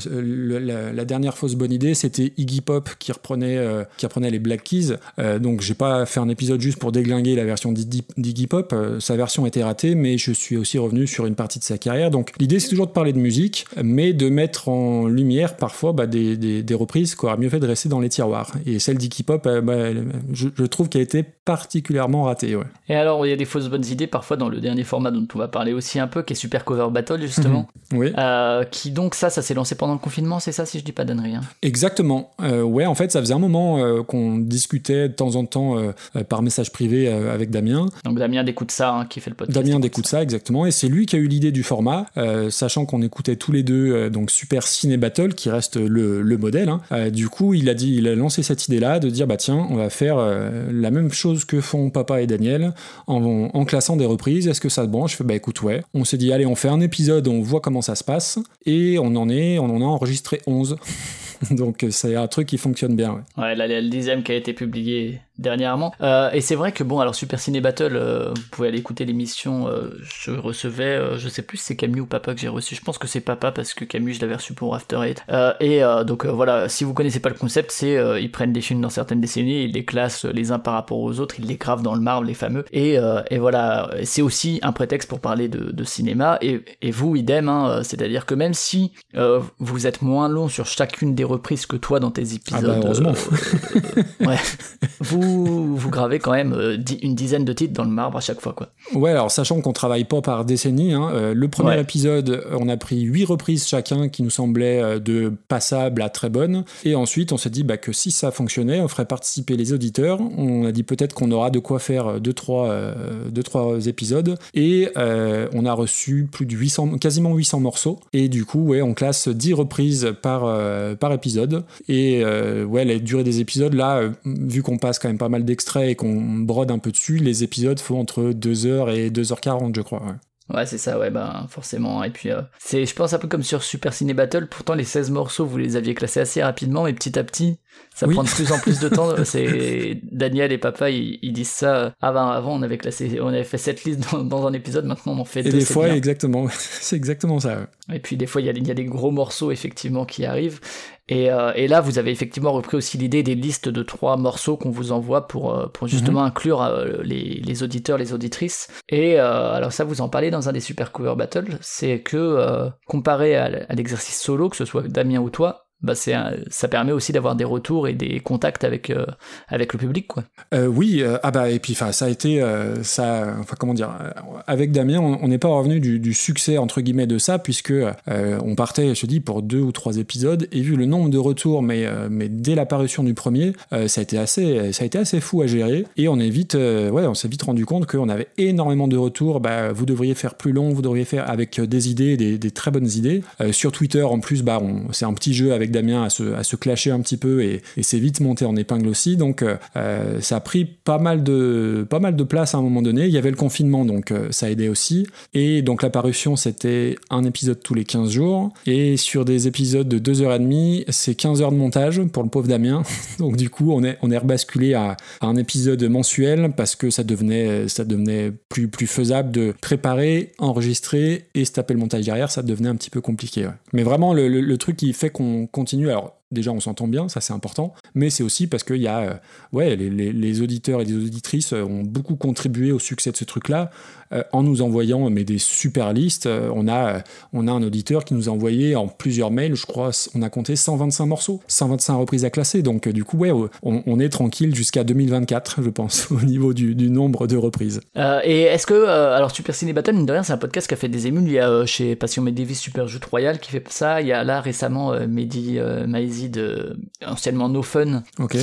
Speaker 3: la dernière fausse bonne idée, c'était Iggy Pop qui reprenait les Black Keys, donc j'ai pas fait un épisode juste pour déglinguer la version d'Iggy Pop, sa version était ratée, mais je suis aussi revenu sur une partie de sa carrière, donc l'idée c'est toujours de parler de musique, mais de mettre en lumière parfois des reprises qu'on aurait mieux fait de rester dans les tiroirs, et celle d'Iggy Pop, je trouve qu'elle était particulièrement ratée. Ouais.
Speaker 2: Et alors il y a des fausses bonnes idées parfois dans le dernier format dont on va parler aussi un peu, qui est Super Cover Battle justement,
Speaker 3: oui.
Speaker 2: Qui donc ça s'est lancé pendant le confinement, c'est ça si je dis pas d'ânerie hein.
Speaker 3: Exactement, ouais, en fait ça faisait un moment qu'on discutait de temps en temps par message privé avec Damien.
Speaker 2: Donc Damien d'Écoute ça, hein, qui fait le podcast.
Speaker 3: Damien d'Écoute ça, exactement, et c'est lui qui a eu l'idée du format, sachant qu'on écoutait tous les deux donc Super Ciné Battle, qui reste le modèle, hein. Du coup il a lancé cette idée-là de dire bah tiens, on va faire la même chose que font Papa et Daniel en classant des reprises, est-ce que ça te branche? Je fais bah écoute ouais, on s'est dit allez on fait un épisode, on voit comment ça se passe, et on en a enregistré 11. Donc c'est un truc qui fonctionne bien.
Speaker 2: Ouais, là, il y a le 10e qui a été publié dernièrement. Et c'est vrai que bon, alors Super Ciné Battle, vous pouvez aller écouter l'émission. Je recevais, je sais plus si c'est Camus ou Papa que j'ai reçu. Je pense que c'est Papa parce que Camus je l'avais reçu pour After Eight. Donc voilà, si vous connaissez pas le concept, c'est ils prennent des films dans certaines décennies, ils les classent les uns par rapport aux autres, ils les gravent dans le marbre, les fameux. Et voilà, c'est aussi un prétexte pour parler de cinéma. Et vous, idem, hein, c'est-à-dire que même si vous êtes moins long sur chacune des reprises que toi dans tes épisodes,
Speaker 3: ah bah heureusement.
Speaker 2: Ouais, vous gravez quand même une dizaine de titres dans le marbre à chaque fois quoi.
Speaker 3: Ouais, alors sachant qu'on travaille pas par décennie, hein, le premier épisode on a pris 8 reprises chacun qui nous semblaient de passables à très bonnes, et ensuite on s'est dit que si ça fonctionnait on ferait participer les auditeurs, on a dit peut-être qu'on aura de quoi faire 2-3 épisodes, et on a reçu quasiment 800 morceaux, et du coup on classe 10 reprises par épisode, et la durée des épisodes là, vu qu'on passe quand même pas mal d'extraits et qu'on brode un peu dessus, les épisodes font entre 2h et 2h40 je crois.
Speaker 2: Ouais, c'est ça, ouais, forcément. Et puis, c'est, je pense, un peu comme sur Super Ciné Battle, pourtant les 16 morceaux, vous les aviez classés assez rapidement, mais petit à petit, ça prend de plus en plus de temps. C'est Daniel et Papa, ils disent ça. Avant, on avait fait 7 listes dans un épisode, maintenant on en fait 2.
Speaker 3: Et des fois, exactement, c'est exactement ça. Ouais.
Speaker 2: Et puis des fois, il y a des gros morceaux, effectivement, qui arrivent. Et là, vous avez effectivement repris aussi l'idée des listes de 3 morceaux qu'on vous envoie pour justement inclure les auditeurs, les auditrices. Et alors ça, vous en parlez dans un des Super Cover Battle, c'est que comparé à l'exercice solo, que ce soit Damien ou toi, ça permet aussi d'avoir des retours et des contacts avec le public quoi.
Speaker 3: Oui, et puis ça a été avec Damien on n'est pas revenu du succès entre guillemets de ça, puisque on partait, je te dis, pour 2 ou 3 épisodes, et vu le nombre de retours, mais dès l'apparition du premier, ça a été assez fou à gérer, et on s'est vite rendu compte qu'on avait énormément de retours. Vous devriez faire plus long, vous devriez faire avec des idées, des très bonnes idées. Sur Twitter en plus, c'est un petit jeu avec Damien à se clasher un petit peu, et c'est vite monté en épingle aussi, donc ça a pris pas mal de place à un moment donné. Il y avait le confinement, donc ça aidait aussi, et donc la parution c'était un épisode tous les 15 jours, et sur des épisodes de 2h30 c'est 15 heures de montage pour le pauvre Damien. Donc du coup on est rebasculé à un épisode mensuel, parce que ça devenait plus faisable de préparer, enregistrer et se taper le montage derrière, ça devenait un petit peu compliqué, ouais. Mais vraiment le truc qui fait qu'on continue, alors déjà on s'entend bien, ça c'est important, mais c'est aussi parce qu'il y a les auditeurs et les auditrices ont beaucoup contribué au succès de ce truc-là en nous envoyant des super listes. On a un auditeur qui nous a envoyé en plusieurs mails, je crois, on a compté 125 morceaux, 125 reprises à classer, donc du coup on est tranquille jusqu'à 2024, je pense, au niveau du nombre de reprises.
Speaker 2: Et est-ce que, alors Super Ciné Battle, mine de rien, c'est un podcast qui a fait des émules. Il y a chez Passion Medievis Super Jute Royal qui fait ça. Il y a là récemment Mehdi Maizi anciennement No Fun,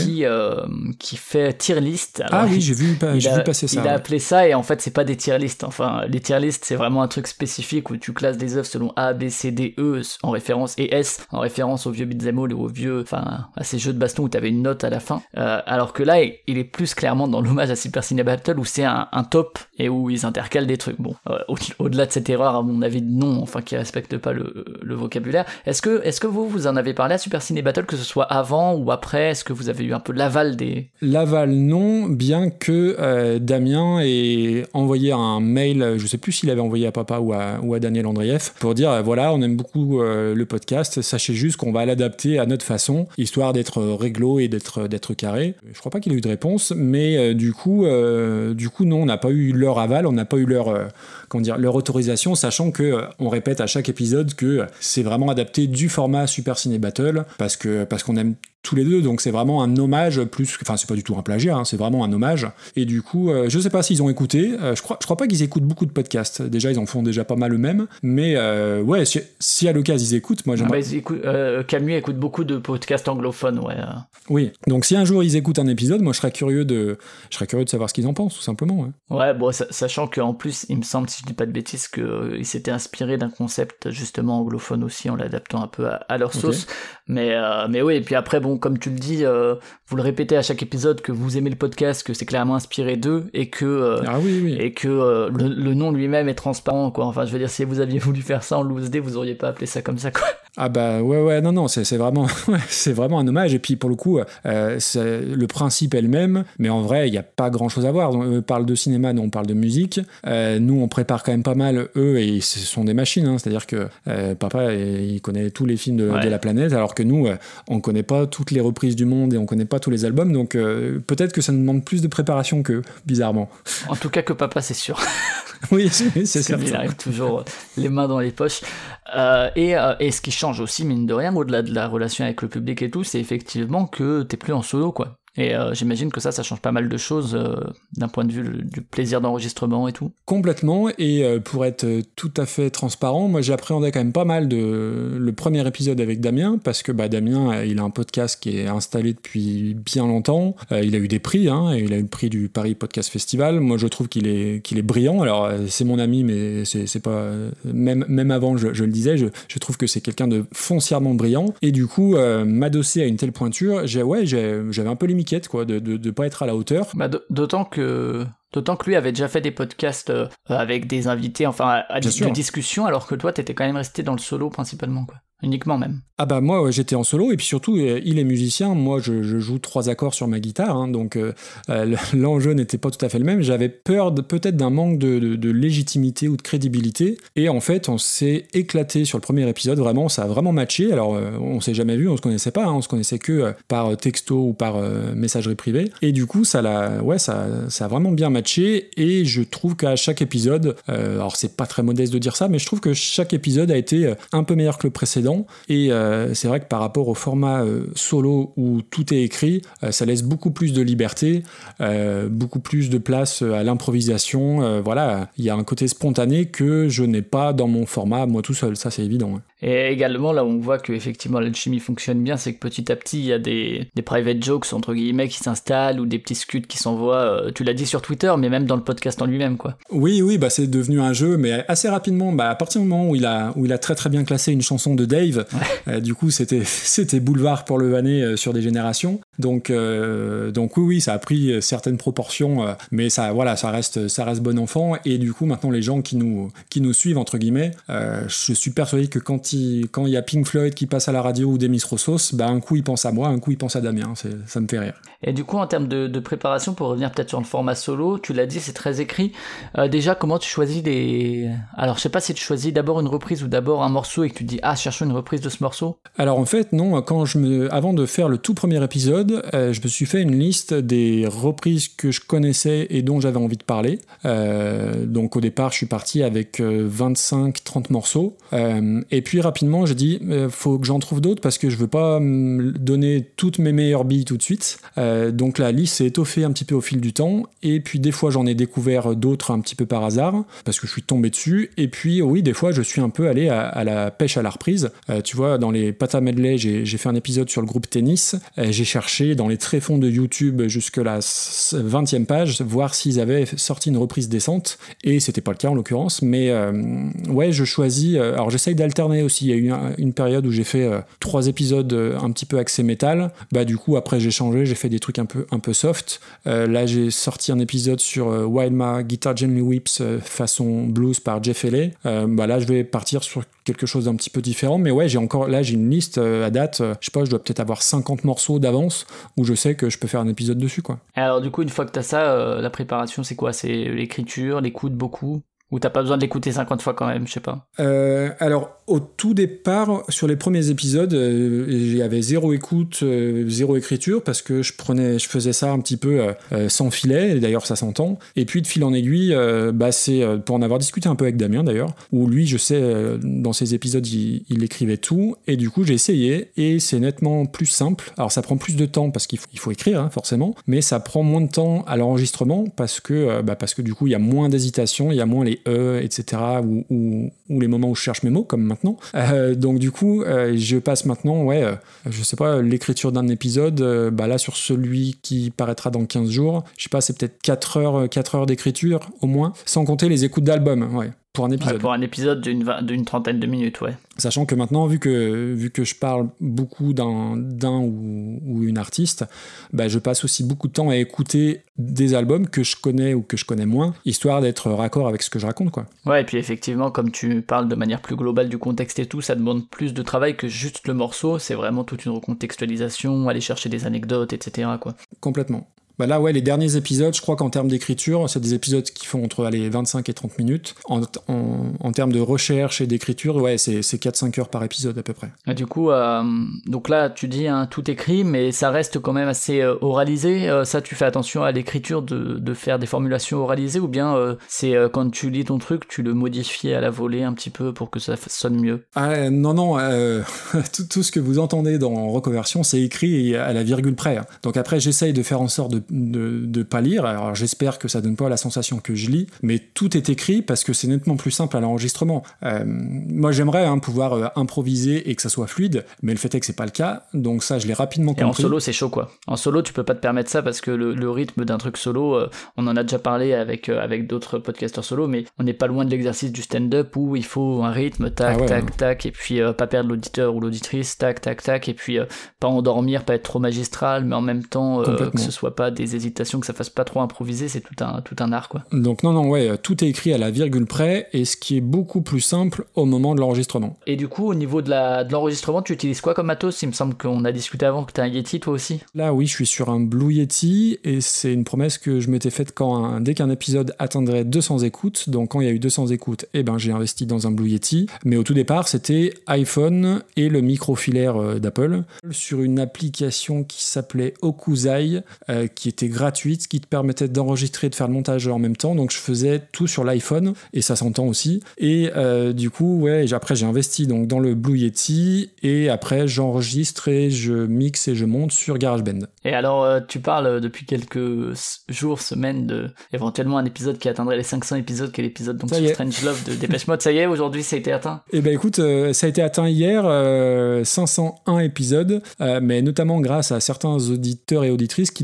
Speaker 2: qui fait tier list. Alors,
Speaker 3: oui, j'ai vu passer ça.
Speaker 2: Il a appelé ça, et en fait c'est pas des tier lists. Enfin, les tier lists c'est vraiment un truc spécifique où tu classes des œuvres selon A, B, C, D, E en référence, et S en référence aux vieux beat'em all et aux vieux, enfin à ces jeux de baston où t'avais une note à la fin. Alors que là il est plus clairement dans l'hommage à Super Ciné Battle où c'est un top et où ils intercalent des trucs. Bon, au-delà de cette erreur à mon avis de nom, enfin qui respecte pas le vocabulaire. Est-ce que vous en avez parlé à Super Ciné Battle, que ce soit avant ou après? Est-ce que vous avez eu un peu l'aval des...
Speaker 3: L'aval non, bien que Damien ait envoyé un mail, je sais plus s'il avait envoyé à papa ou à Daniel Andrieff, pour dire voilà, on aime beaucoup le podcast, sachez juste qu'on va l'adapter à notre façon, histoire d'être réglo et d'être carré. Je crois pas qu'il ait eu de réponse, mais du coup non, on n'a pas eu leur aval, on n'a pas eu leur autorisation, sachant que on répète à chaque épisode que c'est vraiment adapté du format Super Ciné Battle, parce qu'on aime tous les deux, donc c'est vraiment un hommage plus, enfin c'est pas du tout un plagiat, c'est vraiment un hommage. Et du coup, je sais pas s'ils ont écouté, je crois pas qu'ils écoutent beaucoup de podcasts. Déjà ils en font déjà pas mal eux-mêmes, mais si à l'occasion ils écoutent, moi j'aimerais.
Speaker 2: Camus écoute beaucoup de podcasts anglophones, ouais.
Speaker 3: Oui, donc si un jour ils écoutent un épisode, moi je serais curieux de savoir ce qu'ils en pensent, tout simplement.
Speaker 2: Ouais, bon, sachant qu'en plus, il me semble, si je dis pas de bêtises, qu'ils s'étaient inspirés d'un concept justement anglophone aussi, en l'adaptant un peu à leur sauce. Mais oui, et puis après, bon, comme tu le dis, vous le répétez à chaque épisode que vous aimez le podcast, que c'est clairement inspiré d'eux, et que et que le nom lui-même est transparent, quoi. Enfin, je veux dire, si vous aviez voulu faire ça en loose day, vous auriez pas appelé ça comme ça, quoi.
Speaker 3: Ah bah non, c'est vraiment c'est vraiment un hommage. Et puis pour le coup, le principe est le même, mais en vrai il y a pas grand chose à voir. On parle de cinéma, nous on parle de musique. Nous on prépare quand même pas mal, eux, et ce sont des machines, hein. C'est-à-dire que papa il connaît tous les films de la planète, alors que nous on connaît pas toutes les reprises du monde et on connaît pas tous les albums, donc peut-être que ça nous demande plus de préparation qu'eux, bizarrement.
Speaker 2: En tout cas que papa, c'est sûr.
Speaker 3: Oui, c'est certain.
Speaker 2: Il arrive toujours les mains dans les poches. Et ce qui change aussi, mine de rien, au-delà de la relation avec le public et tout, c'est effectivement que t'es plus en solo, quoi. Et j'imagine que ça change pas mal de choses d'un point de vue du plaisir d'enregistrement et tout.
Speaker 3: Complètement, et pour être tout à fait transparent, moi j'appréhendais quand même pas mal le premier épisode avec Damien, parce que Damien, il a un podcast qui est installé depuis bien longtemps, il a eu des prix, hein, il a eu le prix du Paris Podcast Festival. Moi je trouve qu'il est brillant. Alors c'est mon ami, mais c'est pas... Même avant je le disais, je trouve que c'est quelqu'un de foncièrement brillant, et du coup m'adosser à une telle pointure, j'avais un peu limité, quoi, de pas être à la hauteur.
Speaker 2: D'autant que lui avait déjà fait des podcasts avec des invités, enfin de discussion, alors que toi t'étais quand même resté dans le solo principalement, quoi. Uniquement même.
Speaker 3: Ah bah moi j'étais en solo, et puis surtout il est musicien, moi je joue 3 accords sur ma guitare, hein, donc l'enjeu n'était pas tout à fait le même. J'avais peur peut-être d'un manque de légitimité ou de crédibilité, et en fait on s'est éclaté sur le premier épisode, vraiment, ça a vraiment matché. Alors on s'est jamais vu, on se connaissait pas, hein, on se connaissait que par texto ou par messagerie privée, et du coup ça a vraiment bien matché, et je trouve qu'à chaque épisode, alors c'est pas très modeste de dire ça, mais je trouve que chaque épisode a été un peu meilleur que le précédent. Et c'est vrai que par rapport au format solo où tout est écrit, ça laisse beaucoup plus de liberté, beaucoup plus de place à l'improvisation. Voilà, il y a un côté spontané que je n'ai pas dans mon format moi tout seul, ça c'est évident. Ouais.
Speaker 2: Et également, là où on voit que effectivement l'alchimie fonctionne bien, c'est que petit à petit il y a des private jokes entre guillemets qui s'installent, ou des petits scuds qui s'envoient, tu l'as dit sur Twitter, mais même dans le podcast en lui-même, quoi.
Speaker 3: Oui, c'est devenu un jeu, mais assez rapidement, à partir du moment où il a très très bien classé une chanson de Dave, du coup c'était boulevard pour le vanner sur des générations. Donc oui, ça a pris certaines proportions, mais ça reste bon enfant. Et du coup maintenant les gens qui nous suivent entre guillemets, je suis persuadé que quand quand il y a Pink Floyd qui passe à la radio ou Demis Roussos, bah un coup il pense à moi, un coup il pense à Damien, ça me fait rire.
Speaker 2: Et du coup, en termes de préparation, pour revenir peut-être sur le format solo, tu l'as dit, c'est très écrit. Déjà, comment tu choisis les... Alors, je sais pas si tu choisis d'abord une reprise ou d'abord un morceau et que tu te dis, ah, cherchons une reprise de ce morceau.
Speaker 3: Alors en fait, non, avant de faire le tout premier épisode, je me suis fait une liste des reprises que je connaissais et dont j'avais envie de parler. Donc au départ, je suis parti avec 25-30 morceaux. Et puis rapidement, j'ai dit, faut que j'en trouve d'autres parce que je veux pas me donner toutes mes meilleures billes tout de suite. Donc la liste s'est étoffée un petit peu au fil du temps. Et puis des fois, j'en ai découvert d'autres un petit peu par hasard parce que je suis tombé dessus. Et puis oui, des fois, je suis un peu allé à la pêche à la reprise. Tu vois, dans les Pata Medley, j'ai fait un épisode sur le groupe Tennis. J'ai cherché dans les tréfonds de YouTube jusque la 20e page, voir s'ils avaient sorti une reprise décente. Et c'était pas le cas en l'occurrence. Mais ouais, je choisis... alors j'essaye d'alterner aussi. Il y a eu une période où j'ai fait 3 épisodes un petit peu axés métal. Bah du coup, après j'ai changé, j'ai fait des trucs un peu soft. Là, j'ai sorti un épisode sur While My Guitar Gently Weeps façon blues par Jeff Haley. Bah là, je vais partir sur quelque chose d'un petit peu différent, mais ouais, j'ai une liste à date, je sais pas, je dois peut-être avoir 50 morceaux d'avance où je sais que je peux faire un épisode dessus, quoi.
Speaker 2: Alors du coup, une fois que t'as ça, la préparation, c'est quoi? C'est l'écriture, l'écoute beaucoup? Ou t'as pas besoin de l'écouter 50 fois quand même, je sais pas.
Speaker 3: Alors, au tout départ, sur les premiers épisodes, il y avait 0 écoute, 0 écriture, parce que je faisais ça un petit peu sans filet, et d'ailleurs ça s'entend. Et puis de fil en aiguille, c'est pour en avoir discuté un peu avec Damien d'ailleurs, où lui, je sais, dans ses épisodes, il écrivait tout, et du coup j'ai essayé, et c'est nettement plus simple. Alors ça prend plus de temps, parce qu'il faut écrire, hein, forcément, mais ça prend moins de temps à l'enregistrement, parce que du coup il y a moins d'hésitation, il y a moins les etc., ou les moments où je cherche mes mots, comme maintenant. Donc du coup, je passe maintenant, je sais pas, l'écriture d'un épisode, là sur celui qui paraîtra dans 15 jours, je sais pas, c'est peut-être 4 heures d'écriture au moins, sans compter les écoutes d'albums, pour un épisode.
Speaker 2: Ouais, pour un épisode d'une trentaine de minutes, ouais.
Speaker 3: Sachant que maintenant, vu que je parle beaucoup d'un ou une artiste, je passe aussi beaucoup de temps à écouter des albums que je connais ou que je connais moins, histoire d'être raccord avec ce que je raconte, quoi.
Speaker 2: Ouais, et puis effectivement, comme tu parles de manière plus globale du contexte et tout, ça demande plus de travail que juste le morceau, c'est vraiment toute une recontextualisation, aller chercher des anecdotes, etc., quoi.
Speaker 3: Complètement. Là, ouais, les derniers épisodes, je crois qu'en termes d'écriture, c'est des épisodes qui font entre 25 et 30 minutes. En termes de recherche et d'écriture, ouais, c'est 4-5 heures par épisode à peu près.
Speaker 2: Et du coup, donc là, tu dis tout écrit, mais ça reste quand même assez oralisé. Ça, tu fais attention à l'écriture de faire des formulations oralisées, ou bien c'est quand tu lis ton truc, tu le modifies à la volée un petit peu pour que ça sonne mieux?
Speaker 3: Ah, non, tout ce que vous entendez dans Reconversion, c'est écrit à la virgule près. Donc après, j'essaye de faire en sorte de pas lire. Alors j'espère que ça donne pas la sensation que je lis, mais tout est écrit parce que c'est nettement plus simple à l'enregistrement. Moi j'aimerais pouvoir improviser et que ça soit fluide, mais le fait est que c'est pas le cas, donc ça je l'ai rapidement compris.
Speaker 2: Et en solo c'est chaud, quoi. En solo tu peux pas te permettre ça parce que le rythme d'un truc solo, on en a déjà parlé avec d'autres podcasteurs solo, mais on n'est pas loin de l'exercice du stand-up où il faut un rythme, tac, et puis pas perdre l'auditeur ou l'auditrice, tac, et puis pas endormir, pas être trop magistral, mais en même temps que ce soit pas des hésitations, que ça fasse pas trop improviser, c'est tout un art, quoi.
Speaker 3: Donc tout est écrit à la virgule près, et ce qui est beaucoup plus simple au moment de l'enregistrement.
Speaker 2: Et du coup, au niveau de l'enregistrement, tu utilises quoi comme matos? Il me semble qu'on a discuté avant que t'as un Yeti, toi aussi.
Speaker 3: Là, oui, je suis sur un Blue Yeti, et c'est une promesse que je m'étais faite dès qu'un épisode atteindrait 200 écoutes. Donc quand il y a eu 200 écoutes, j'ai investi dans un Blue Yeti. Mais au tout départ, c'était iPhone et le micro filaire d'Apple sur une application qui s'appelait Okuzai, qui était gratuite, qui te permettait d'enregistrer et de faire le montage en même temps. Donc je faisais tout sur l'iPhone, et ça s'entend aussi. Et du coup, après j'ai investi donc dans le Blue Yeti, et après j'enregistre et je mixe et je monte sur GarageBand.
Speaker 2: Et alors, tu parles depuis quelques jours, semaines, de éventuellement un épisode qui atteindrait les 500 épisodes, qui est l'épisode donc sur Strangelove de Dépêche Mode. Ça y est, aujourd'hui ça a été atteint?
Speaker 3: Écoute, ça a été atteint hier, 501 épisodes, mais notamment grâce à certains auditeurs et auditrices qui l'ont écouté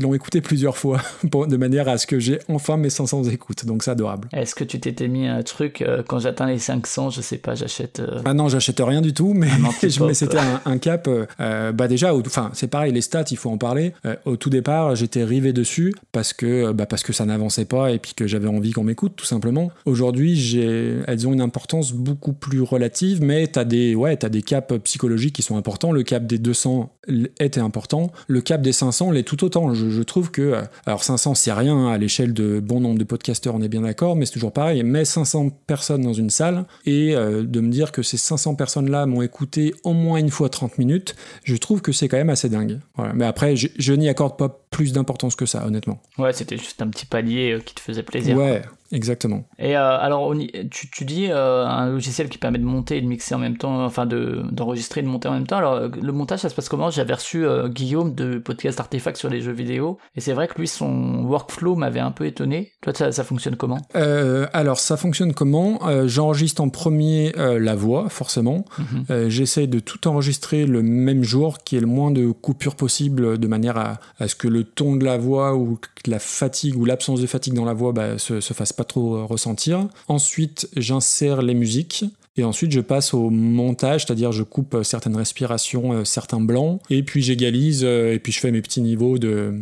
Speaker 3: plusieurs fois de manière à ce que j'ai enfin mes 500 écoutes, donc c'est adorable.
Speaker 2: Est-ce que tu t'étais mis un truc, quand j'atteins les 500, je sais pas, j'achète...
Speaker 3: Ah non, j'achète rien du tout, mais c'était un cap. Déjà, c'est pareil, les stats, il faut en parler. Au tout départ, j'étais rivé dessus parce que ça n'avançait pas et puis que j'avais envie qu'on m'écoute, tout simplement. Aujourd'hui, elles ont une importance beaucoup plus relative, mais t'as des caps psychologiques qui sont importants. Le cap des 200 était important. Le cap des 500 l'est tout autant. Je trouve que... alors 500, c'est rien à l'échelle de bon nombre de podcasteurs, on est bien d'accord, mais c'est toujours pareil. Mais 500 personnes dans une salle et de me dire que ces 500 personnes-là m'ont écouté au moins une fois 30 minutes, je trouve que c'est quand même assez dingue. Voilà. Mais après, je n'y accorde pas plus d'importance que ça, honnêtement.
Speaker 2: Ouais, c'était juste un petit palier qui te faisait plaisir.
Speaker 3: Ouais, exactement.
Speaker 2: Et alors, tu dis un logiciel qui permet de monter et de mixer en même temps, enfin d'enregistrer et de monter en même temps. Alors, le montage, ça se passe comment? J'avais reçu Guillaume de Podcast Artefact sur les jeux vidéo, et c'est vrai que lui, son workflow m'avait un peu étonné. Toi, ça fonctionne comment?
Speaker 3: Alors, ça fonctionne comment? J'enregistre en premier la voix, forcément. J'essaie de tout enregistrer le même jour, qu'il y ait le moins de coupures possible, de manière à ce que le ton de la voix ou la fatigue ou l'absence de fatigue dans la voix se fasse pas trop ressentir. Ensuite, j'insère les musiques. Et ensuite, je passe au montage, c'est-à-dire je coupe certaines respirations, certains blancs, et puis j'égalise, et puis je fais mes petits niveaux de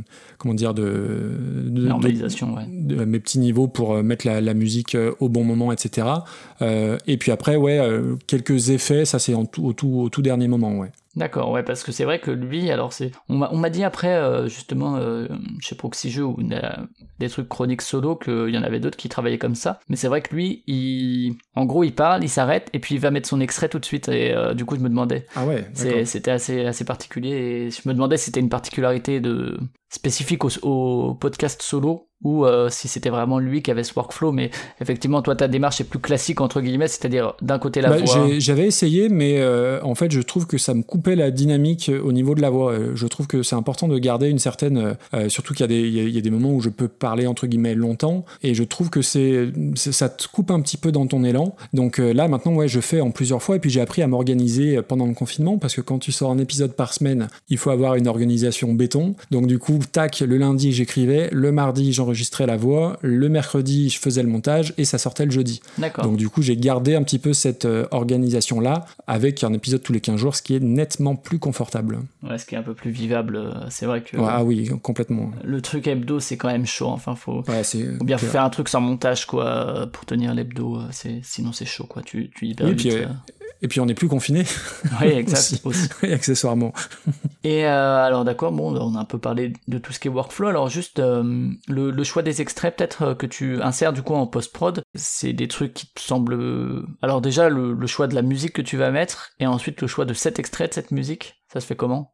Speaker 2: normalisation,
Speaker 3: mes petits niveaux pour mettre la musique au bon moment, etc. Et puis après, quelques effets, ça c'est au tout dernier moment, ouais.
Speaker 2: D'accord, ouais, parce que c'est vrai que lui, alors on m'a dit après, justement, chez Proxy Jeux, où il y a des trucs chroniques solo, qu'il y en avait d'autres qui travaillaient comme ça, mais c'est vrai que lui, en gros, il parle, il s'arrête, et puis il va mettre son extrait tout de suite, et du coup, je me demandais.
Speaker 3: Ah ouais,
Speaker 2: c'était assez particulier, et je me demandais si c'était une particularité spécifique au podcast solo, ou si c'était vraiment lui qui avait ce workflow. Mais effectivement, toi, ta démarche est plus classique, entre guillemets, c'est-à-dire d'un côté la voix...
Speaker 3: J'avais essayé, mais en fait, je trouve que ça me coupait la dynamique au niveau de la voix. Je trouve que c'est important de garder une certaine... surtout qu'il y a des moments où je peux parler, entre guillemets, longtemps, et je trouve que ça te coupe un petit peu dans ton élan. Donc là, maintenant, je fais en plusieurs fois, et puis j'ai appris à m'organiser pendant le confinement, parce que quand tu sors un épisode par semaine, il faut avoir une organisation béton. Donc du coup, tac, le lundi, j'écrivais, le mardi, j'enregistrais la voix, le mercredi, je faisais le montage, et ça sortait le jeudi.
Speaker 2: D'accord.
Speaker 3: Donc du coup, j'ai gardé un petit peu cette organisation-là, avec un épisode tous les 15 jours, ce qui est nettement plus confortable.
Speaker 2: Ouais, ce qui est un peu plus vivable, c'est vrai que...
Speaker 3: Ah oui, complètement.
Speaker 2: Le truc hebdo, c'est quand même chaud, enfin, faut bien faire un truc sans montage, quoi, pour tenir l'hebdo, sinon c'est chaud, quoi, tu y perds vite.
Speaker 3: Et puis on n'est plus confiné.
Speaker 2: Oui, exact. aussi.
Speaker 3: Oui, accessoirement.
Speaker 2: Et alors d'accord, bon, on a un peu parlé de tout ce qui est workflow. Alors juste le choix des extraits, peut-être que tu insères du coup en post-prod, c'est des trucs qui te semblent... Alors déjà, le choix de la musique que tu vas mettre, et ensuite le choix de cet extrait, de cette musique, ça se fait comment?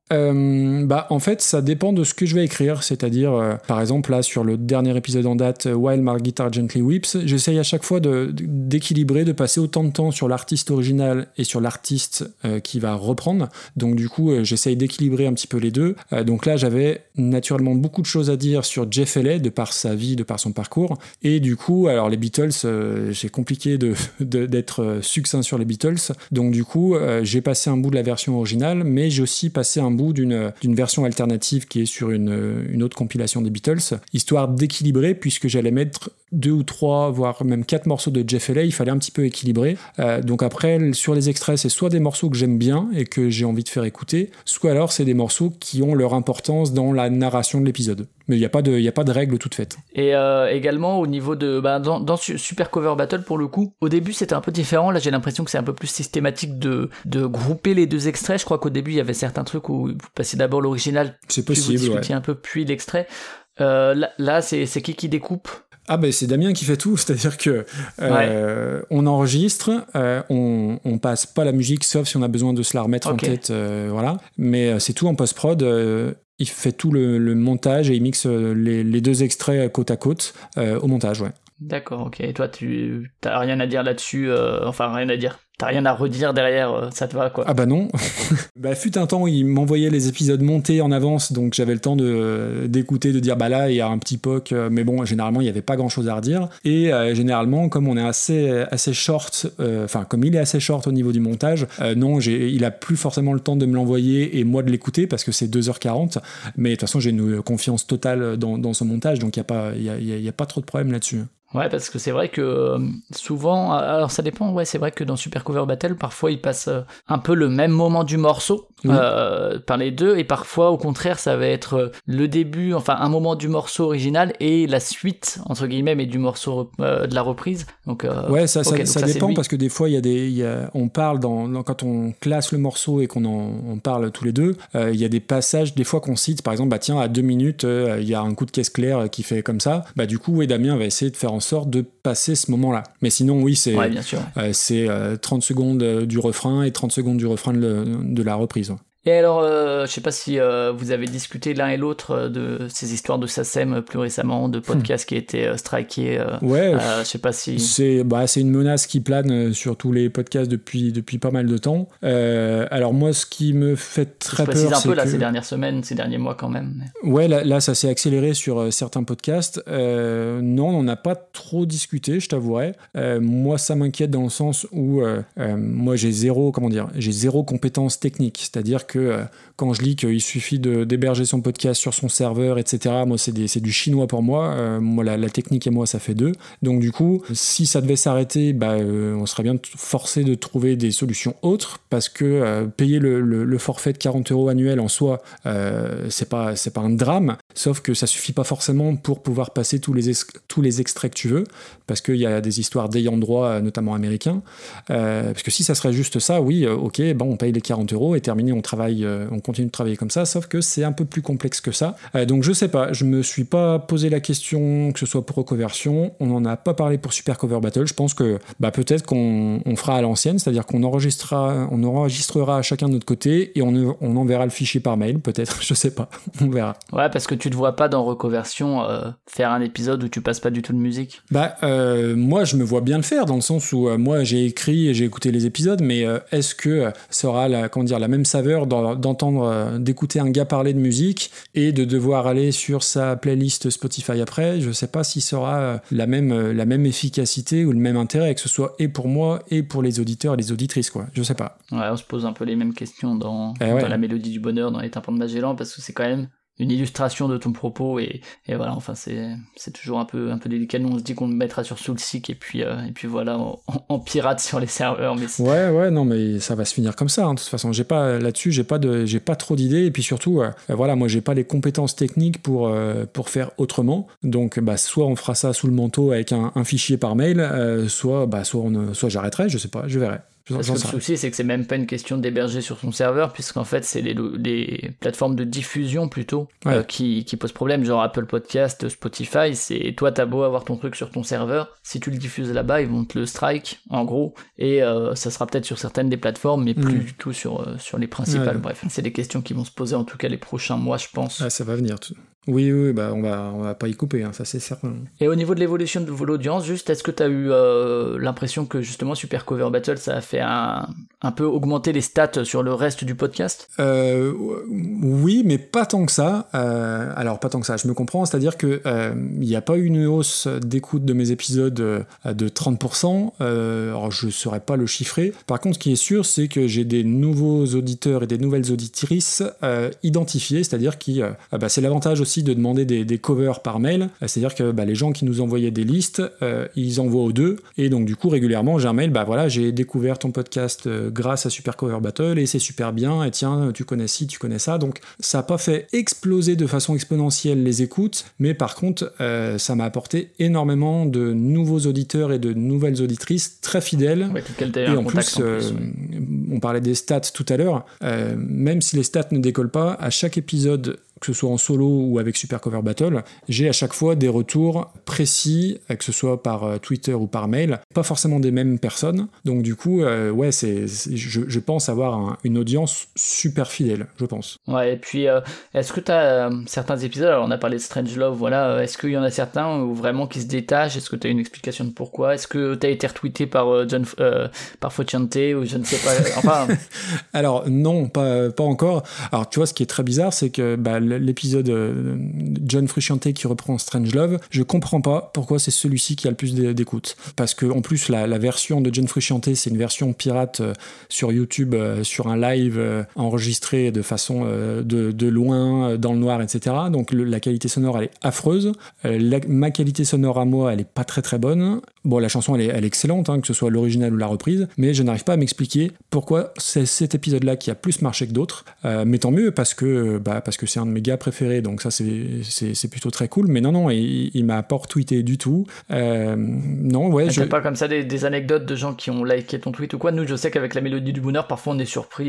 Speaker 3: En fait, ça dépend de ce que je vais écrire. C'est-à-dire, par exemple, là, sur le dernier épisode en date, While My Guitar Gently Weeps, j'essaye à chaque fois d'équilibrer, de passer autant de temps sur l'artiste original et sur l'artiste qui va reprendre. Donc du coup, j'essaye d'équilibrer un petit peu les deux. Donc là, j'avais naturellement beaucoup de choses à dire sur Jeff Haley, de par sa vie, de par son parcours. Et du coup, alors les Beatles, c'est compliqué d'être succinct sur les Beatles. Donc du coup, j'ai passé un bout de la version originale, mais j'ai aussi passé un bout d'une version alternative qui est sur une autre compilation des Beatles, histoire d'équilibrer, puisque j'allais mettre 2 ou 3, voire même 4 morceaux de Jeff Haley, il fallait un petit peu équilibrer. Donc après, sur les extraits, c'est soit des morceaux que j'aime bien et que j'ai envie de faire écouter, soit alors c'est des morceaux qui ont leur importance dans la narration de l'épisode. Mais il n'y a pas de règle toute faite.
Speaker 2: Et également au niveau de... dans Super Cover Battle, pour le coup, au début c'était un peu différent. Là j'ai l'impression que c'est un peu plus systématique de grouper les deux extraits. Je crois qu'au début il y avait certains trucs où vous passiez d'abord l'original,
Speaker 3: c'est possible,
Speaker 2: puis vous discutiez un peu, puis l'extrait. Là c'est qui découpe?
Speaker 3: Ah c'est Damien qui fait tout, c'est-à-dire que on enregistre, on passe pas la musique sauf si on a besoin de se la remettre en tête, voilà. Mais c'est tout en post-prod. Il fait tout le montage et il mixe les deux extraits côte à côte au montage, ouais.
Speaker 2: D'accord, ok. Et toi, tu t'as rien à dire là-dessus, enfin rien à dire. t'as rien à redire derrière, ça te va quoi.
Speaker 3: Ah bah non. Bah fut un temps, il m'envoyait les épisodes montés en avance, donc j'avais le temps d'écouter, de dire bah là il y a un petit POC, mais bon généralement il y avait pas grand chose à redire. Et généralement comme on est assez short, comme il est assez short au niveau du montage, non il a plus forcément le temps de me l'envoyer et moi de l'écouter parce que c'est 2h40. Mais de toute façon j'ai une confiance totale dans son montage, donc il y a pas trop de problème là-dessus.
Speaker 2: Ouais, parce que c'est vrai que souvent, alors ça dépend, ouais, c'est vrai que dans Super Cover Battle, parfois ils passent un peu le même moment du morceau par les deux, et parfois au contraire ça va être le début, enfin un moment du morceau original et la suite, entre guillemets, mais du morceau de la reprise. Donc,
Speaker 3: ouais, ça dépend parce que des fois on parle quand on classe le morceau et qu'on en parle tous les deux, il y a des passages des fois qu'on cite, par exemple, bah tiens, à 2 minutes, il y a un coup de caisse claire qui fait comme ça, bah du coup, oui, Damien va essayer de faire en sorte de passer ce moment-là. Mais sinon, oui, c'est,
Speaker 2: ouais, bien sûr.
Speaker 3: C'est 30 secondes du refrain et 30 secondes du refrain de la reprise.
Speaker 2: Et alors, je sais pas si vous avez discuté l'un et l'autre de ces histoires de SACEM plus récemment, de podcasts qui étaient strikés.
Speaker 3: Ouais,
Speaker 2: je sais pas si...
Speaker 3: C'est une menace qui plane sur tous les podcasts depuis pas mal de temps. Alors moi, ce qui me fait très peur, c'est
Speaker 2: un peu, là,
Speaker 3: que...
Speaker 2: ces dernières semaines, ces derniers mois quand même. Mais...
Speaker 3: Ouais, là, ça s'est accéléré sur certains podcasts. Non, on n'a pas trop discuté, je t'avouerai. Moi, ça m'inquiète dans le sens où moi, j'ai zéro compétence technique. C'est-à-dire que quand je lis qu'il suffit d'héberger son podcast sur son serveur, etc., moi, c'est du chinois pour moi. Moi, la technique et moi, ça fait deux. Donc, du coup, si ça devait s'arrêter, on serait bien forcé de trouver des solutions autres parce que payer le forfait de 40 € annuel en soi, c'est pas un drame. Sauf que ça suffit pas forcément pour pouvoir passer tous les extraits que tu veux, parce qu'il y a des histoires d'ayants droit, notamment américains. Parce que si ça serait juste ça, oui, ok, on paye les 40 € et terminé, on continue de travailler comme ça, sauf que c'est un peu plus complexe que ça. Donc je sais pas, je me suis pas posé la question que ce soit pour Recoversion, on en a pas parlé pour Super Cover Battle, je pense que peut-être qu'on fera à l'ancienne, c'est-à-dire qu'on enregistrera chacun de notre côté et on enverra le fichier par mail, peut-être, je sais pas, on verra.
Speaker 2: Ouais, parce que tu te vois pas dans Recoversion faire un épisode où tu passes pas du tout de musique.
Speaker 3: Moi je me vois bien le faire, dans le sens où moi j'ai écrit et j'ai écouté les épisodes, mais est-ce que ça aura la même saveur d'écouter un gars parler de musique et de devoir aller sur sa playlist Spotify après? Je sais pas si ça aura la même efficacité ou le même intérêt, que ce soit et pour moi et pour les auditeurs et les auditrices, quoi. Je sais pas.
Speaker 2: Ouais, on se pose un peu les mêmes questions dans La Mélodie du Bonheur, dans Les Tympans de Magellan, parce que c'est quand même une illustration de ton propos et voilà, enfin c'est toujours un peu délicat. Nous on se dit qu'on le mettra sur Soulseek et puis voilà, on pirate sur les serveurs, mais
Speaker 3: ouais, non, mais ça va se finir comme ça, hein. De toute façon, j'ai pas trop d'idées, et puis surtout voilà, moi j'ai pas les compétences techniques pour faire autrement, donc soit on fera ça sous le manteau avec un fichier par mail, soit j'arrêterai, je sais pas, je verrai.
Speaker 2: Parce que le souci, c'est que c'est même pas une question d'héberger sur son serveur, puisqu'en fait, c'est les plateformes de diffusion plutôt qui posent problème, genre Apple Podcast, Spotify. C'est toi, t'as beau avoir ton truc sur ton serveur, si tu le diffuses là-bas, ils vont te le strike, en gros, et ça sera peut-être sur certaines des plateformes, mais plus du tout sur les principales. Bref, c'est des questions qui vont se poser en tout cas les prochains mois, je pense.
Speaker 3: Ça va venir. Oui, on va pas y couper, hein, ça c'est certain.
Speaker 2: Et au niveau de l'évolution de l'audience, juste, est-ce que t'as eu l'impression que justement Super Cover Battle, ça a fait un peu augmenter les stats sur le reste du podcast?
Speaker 3: Oui, mais pas tant que ça. Alors pas tant que ça, je me comprends, c'est-à-dire que il n'y a pas eu une hausse d'écoute de mes épisodes de 30%. Alors je saurais pas le chiffrer. Par contre, ce qui est sûr, c'est que j'ai des nouveaux auditeurs et des nouvelles auditrices identifiés, c'est-à-dire qui, c'est l'avantage aussi de demander des covers par mail, c'est-à-dire que les gens qui nous envoyaient des listes, ils envoient aux deux, et donc du coup régulièrement j'ai un mail, voilà, j'ai découvert ton podcast grâce à Super Cover Battle et c'est super bien, et tiens, tu connais ci, tu connais ça, donc ça n'a pas fait exploser de façon exponentielle les écoutes, mais par contre ça m'a apporté énormément de nouveaux auditeurs et de nouvelles auditrices très fidèles, et en plus, on parlait des stats tout à l'heure, même si les stats ne décollent pas, à chaque épisode que ce soit en solo ou avec Super Cover Battle, j'ai à chaque fois des retours précis, que ce soit par Twitter ou par mail, pas forcément des mêmes personnes. Donc du coup, je pense avoir une audience super fidèle, je pense.
Speaker 2: Ouais, et puis est-ce que tu as certains épisodes, alors on a parlé de Strangelove, voilà, est-ce qu'il y en a certains où vraiment qui se détachent? Est-ce que tu as une explication de pourquoi? Est-ce que tu as été retweeté par par Frusciante ou je ne sais pas, enfin...
Speaker 3: Alors non, pas encore. Alors tu vois, ce qui est très bizarre, c'est que l'épisode John Frusciante qui reprend Strangelove, je comprends pas pourquoi c'est celui-ci qui a le plus d'écoute. Parce que en plus la version de John Frusciante, c'est une version pirate sur YouTube, sur un live enregistré de façon de loin, dans le noir, etc. Donc la qualité sonore, elle est affreuse. Ma qualité sonore à moi, elle est pas très très bonne. Bon, la chanson, elle est excellente, hein, que ce soit l'original ou la reprise, mais je n'arrive pas à m'expliquer pourquoi c'est cet épisode-là qui a plus marché que d'autres. Mais tant mieux, parce que c'est un de mes gars préférés, donc ça, c'est plutôt très cool. Mais non, il m'a pas retweeté du tout. Non, ouais.
Speaker 2: T'as pas comme ça des anecdotes de gens qui ont liké ton tweet ou quoi? Nous, je sais qu'avec la Mélodie du Bonheur, parfois on est surpris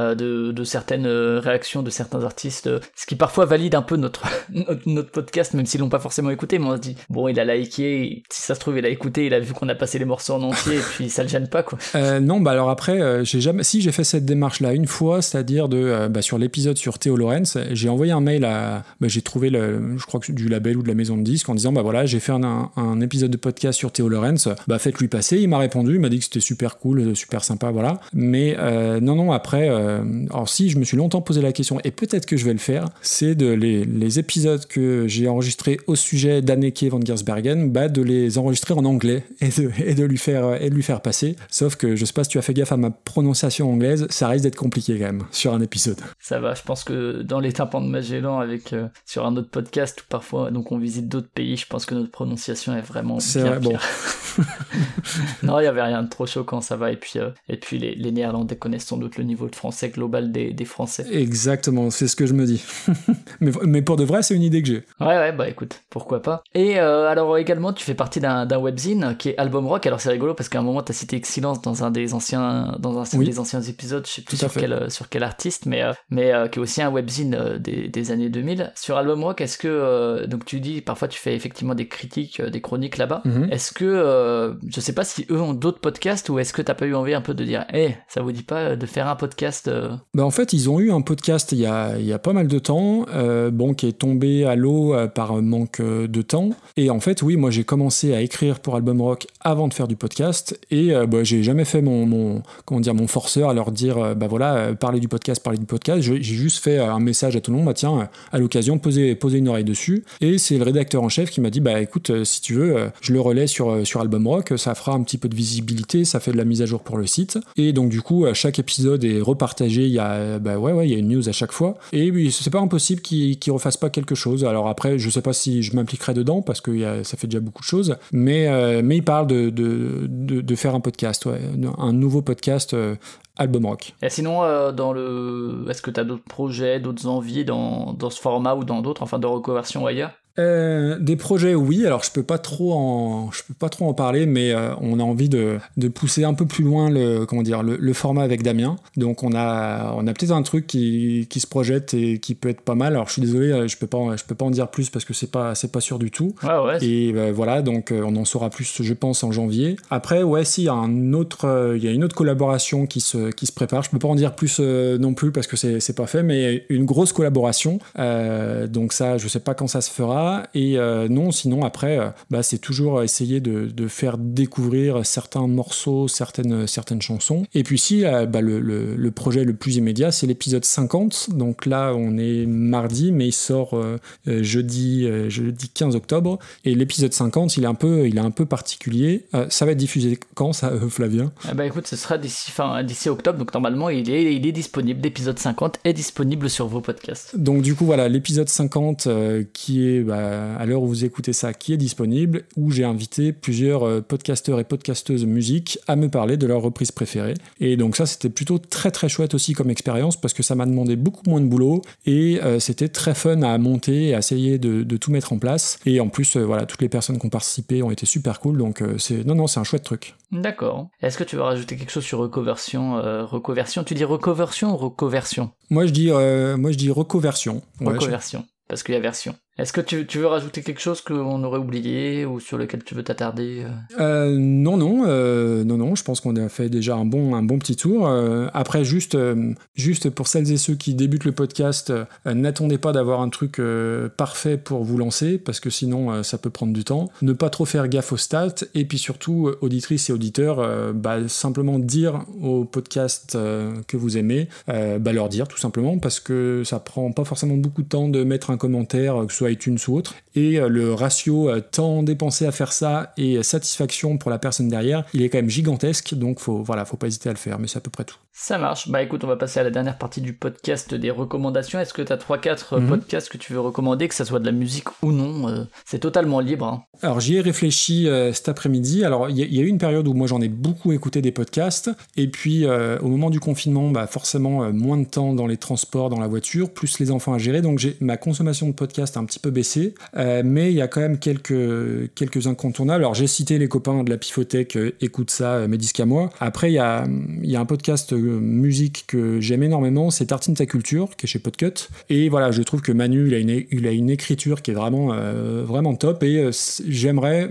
Speaker 2: de certaines réactions de certains artistes, ce qui parfois valide un peu notre podcast, même s'ils l'ont pas forcément écouté. Mais on se dit, bon, il a liké, si ça se trouve, il a écouté, il a vu qu'on a passé les morceaux en entier, et puis ça le gêne pas, quoi.
Speaker 3: Non, alors après, j'ai fait cette démarche-là une fois, c'est-à-dire sur l'épisode sur Théo Lawrence, j'ai envoyé un mail j'ai trouvé je crois que du label ou de la maison de disques en disant, voilà, j'ai fait un épisode de podcast sur Théo Lawrence, faites-lui passer. Il m'a répondu, il m'a dit que c'était super cool, super sympa, voilà. Mais non, après, alors si, je me suis longtemps posé la question, et peut-être que je vais le faire, c'est les épisodes que j'ai enregistrés au sujet d'Anneke van Giersbergen, de les enregistrer en anglais et de lui faire passer. Sauf que je sais pas si tu as fait gaffe à ma prononciation anglaise, ça risque d'être compliqué quand même sur un épisode.
Speaker 2: Ça va, je pense que dans les tympans de Magellan, sur un autre podcast où parfois donc on visite d'autres pays, je pense que notre prononciation est vraiment bien pire. Bon. Non, il y avait rien de trop choquant, ça va. Et puis les Néerlandais connaissent sans doute le niveau de français global des Français.
Speaker 3: Exactement, c'est ce que je me dis. mais pour de vrai, c'est une idée que j'ai.
Speaker 2: Ouais, écoute, pourquoi pas. Et alors également, tu fais partie d'un webzine qui est Album Rock. Alors c'est rigolo parce qu'à un moment, t'as cité Excellence dans un des anciens épisodes, je sais plus sur quel artiste, mais qui est aussi un webzine des années 2000. Sur Album Rock, est-ce que, donc tu dis, parfois tu fais effectivement des critiques, des chroniques là-bas. Mm-hmm. Est-ce que, je sais pas si eux ont d'autres podcasts ou est-ce que t'as pas eu envie un peu de dire, ça vous dit pas de faire un podcast
Speaker 3: En fait, ils ont eu un podcast il y a pas mal de temps, qui est tombé à l'eau par manque de temps. Et en fait, oui, moi j'ai commencé à écrire pour Album Rock avant de faire du podcast et j'ai jamais fait mon forceur à leur dire parlez du podcast. J'ai juste fait un message à tout le monde, tiens, à l'occasion, posez une oreille dessus. Et c'est le rédacteur en chef qui m'a dit, écoute, si tu veux, je le relais sur Album Rock, ça fera un petit peu de visibilité, ça fait de la mise à jour pour le site. Et donc du coup, chaque épisode est repartagé, il y a une news à chaque fois. Et oui, c'est pas impossible qu'ils refassent pas quelque chose. Alors après, je sais pas si je m'impliquerai dedans parce que ça fait déjà beaucoup de choses, mais il parle de faire un podcast, un nouveau podcast Album Rock.
Speaker 2: Et sinon, est-ce que tu as d'autres projets, d'autres envies dans ce format ou dans d'autres, enfin de reconversion ou ailleurs?
Speaker 3: Des projets, oui. Alors je peux pas trop en parler, mais on a envie de pousser un peu plus loin le format avec Damien. Donc on a peut-être un truc qui se projette et qui peut être pas mal. Alors je suis désolé, je peux pas en dire plus parce que c'est pas sûr du tout.
Speaker 2: Ouais.
Speaker 3: Et voilà, donc on en saura plus, je pense, en janvier. Après, il y a une autre collaboration qui se prépare. Je peux pas en dire plus non plus parce que c'est pas fait, mais une grosse collaboration. Donc ça, je sais pas quand ça se fera. Et non, sinon après, c'est toujours essayer de faire découvrir certains morceaux, certaines chansons. Et puis le projet le plus immédiat, c'est l'épisode 50. Donc là, on est mardi, mais il sort jeudi 15 octobre. Et l'épisode 50, il est un peu particulier. Ça va être diffusé quand, ça, Flavien?
Speaker 2: Écoute, ce sera d'ici octobre. Donc normalement, il est disponible. L'épisode 50 est disponible sur vos podcasts.
Speaker 3: Donc du coup, voilà, l'épisode 50 qui est à l'heure où vous écoutez ça, qui est disponible, où j'ai invité plusieurs podcasteurs et podcasteuses musique à me parler de leurs reprises préférées. Et donc ça, c'était plutôt très très chouette aussi comme expérience, parce que ça m'a demandé beaucoup moins de boulot, et c'était très fun à monter et à essayer de tout mettre en place. Et en plus, voilà, toutes les personnes qui ont participé ont été super cool, donc c'est un chouette truc.
Speaker 2: D'accord. Est-ce que tu veux rajouter quelque chose sur recoversion Tu dis recoversion ou recoversion?
Speaker 3: Moi je dis recoversion.
Speaker 2: Recoversion, parce qu'il y a version. Est-ce que tu veux rajouter quelque chose qu'on aurait oublié ou sur lequel tu veux t'attarder?
Speaker 3: Non, je pense qu'on a fait déjà un bon petit tour. Après, juste pour celles et ceux qui débutent le podcast, n'attendez pas d'avoir un truc parfait pour vous lancer, parce que sinon ça peut prendre du temps. Ne pas trop faire gaffe aux stats, et puis surtout, auditrices et auditeurs, simplement dire aux podcasts que vous aimez, leur dire tout simplement, parce que ça prend pas forcément beaucoup de temps de mettre un commentaire, que ce soit iTunes ou autre, et le ratio temps dépensé à faire ça et satisfaction pour la personne derrière, il est quand même gigantesque, donc faut pas hésiter à le faire, mais c'est à peu près tout.
Speaker 2: Ça marche. Écoute, on va passer à la dernière partie du podcast des recommandations. Est-ce que tu as 3-4 podcasts que tu veux recommander, que ça soit de la musique ou non? C'est totalement libre. Hein.
Speaker 3: Alors j'y ai réfléchi cet après-midi. Alors il y a eu une période où moi j'en ai beaucoup écouté des podcasts, et puis au moment du confinement, forcément moins de temps dans les transports, dans la voiture, plus les enfants à gérer, donc ma consommation de podcasts a un petit peu baissé, mais il y a quand même quelques incontournables. Alors j'ai cité les copains de la Pifothèque, écoute ça, mes disques à moi. Après il y a un podcast musique que j'aime énormément, c'est Tartine ta culture, qui est chez Podcut, et voilà, je trouve que Manu il a une écriture qui est vraiment top, et j'aimerais,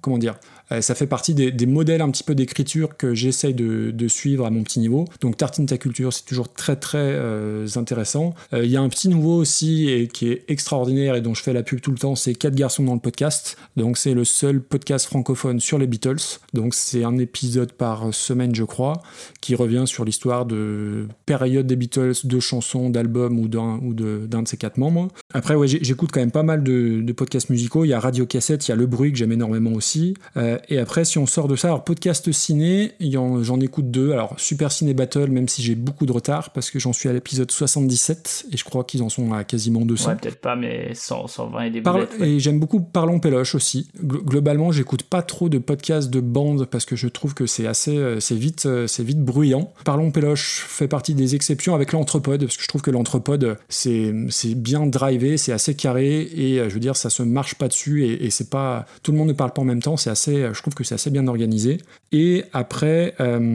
Speaker 3: ça fait partie des modèles un petit peu d'écriture que j'essaye de suivre à mon petit niveau. Donc Tartine ta culture, c'est toujours très très intéressant. Il y a un petit nouveau aussi et qui est extraordinaire et dont je fais la pub tout le temps, c'est 4 garçons dans le podcast. Donc c'est le seul podcast francophone sur les Beatles. Donc c'est un épisode par semaine, je crois, qui revient sur l'histoire de période des Beatles, de chansons, d'albums ou d'un de ces 4 membres. Après, j'écoute quand même pas mal de podcasts musicaux. Il y a Radio Cassette, il y a Le Bruit que j'aime énormément aussi. Et après, si on sort de ça, alors podcast ciné, j'en écoute 2. Alors Super Ciné Battle, même si j'ai beaucoup de retard, parce que j'en suis à l'épisode 77, et je crois qu'ils en sont à quasiment 200.
Speaker 2: Ouais, peut-être pas, mais 120 et des boulettes.
Speaker 3: Et j'aime beaucoup Parlons Péloche aussi. Globalement, j'écoute pas trop de podcasts de bande, parce que je trouve que c'est vite bruyant. Parlons Péloche fait partie des exceptions avec l'Anthropode, parce que je trouve que l'Anthropode, c'est bien drivé, c'est assez carré, et je veux dire, ça se marche pas dessus, et c'est pas... Tout le monde ne parle pas en même temps, je trouve que c'est assez bien organisé. Et après,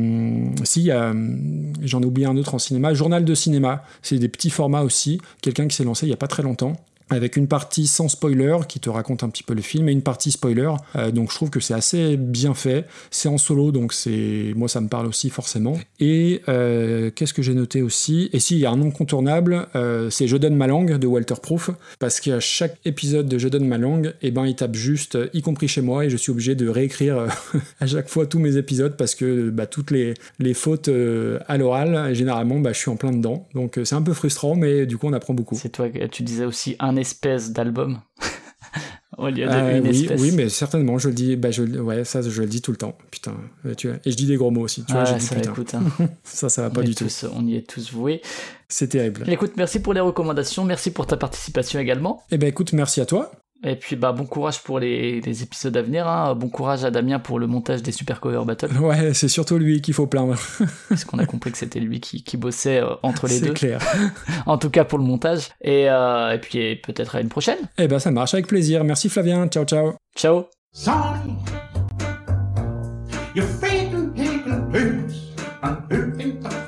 Speaker 3: j'en ai oublié un autre en cinéma, Journal de cinéma, c'est des petits formats aussi, quelqu'un qui s'est lancé il y a pas très longtemps, avec une partie sans spoiler qui te raconte un petit peu le film et une partie spoiler, donc je trouve que c'est assez bien fait, c'est en solo, donc moi ça me parle aussi forcément. Et qu'est-ce que j'ai noté aussi, et si, il y a un incontournable, c'est Je donne ma langue de Walter Proof, parce qu'à chaque épisode de Je donne ma langue, il tape juste, y compris chez moi, et je suis obligé de réécrire à chaque fois tous mes épisodes, parce que toutes les fautes à l'oral, généralement je suis en plein dedans, donc c'est un peu frustrant, mais du coup on apprend beaucoup.
Speaker 2: C'est toi, tu disais aussi un espèce d'album au lieu de une espèce.
Speaker 3: Oui, mais certainement, je le dis, ça je le dis tout le temps, putain, tu vois, et je dis des gros mots aussi, tu vois, je dis
Speaker 2: ça,
Speaker 3: putain.
Speaker 2: écoute,
Speaker 3: ça va pas du tout.
Speaker 2: On y est tous voués.
Speaker 3: C'est terrible.
Speaker 2: Écoute, merci pour les recommandations, merci pour ta participation également.
Speaker 3: Écoute, merci à toi.
Speaker 2: Et puis bon courage pour les épisodes à venir, hein. Bon courage à Damien pour le montage des Super Cover Battle.
Speaker 3: Ouais, c'est surtout lui qu'il faut plaindre.
Speaker 2: Parce qu'on a compris que c'était lui qui bossait entre les deux.
Speaker 3: C'est clair.
Speaker 2: En tout cas pour le montage. Et puis peut-être à une prochaine.
Speaker 3: Ça marche, avec plaisir. Merci Flavien, ciao ciao.
Speaker 2: Ciao.
Speaker 4: Sonny, you're fading, taking blues, and who in the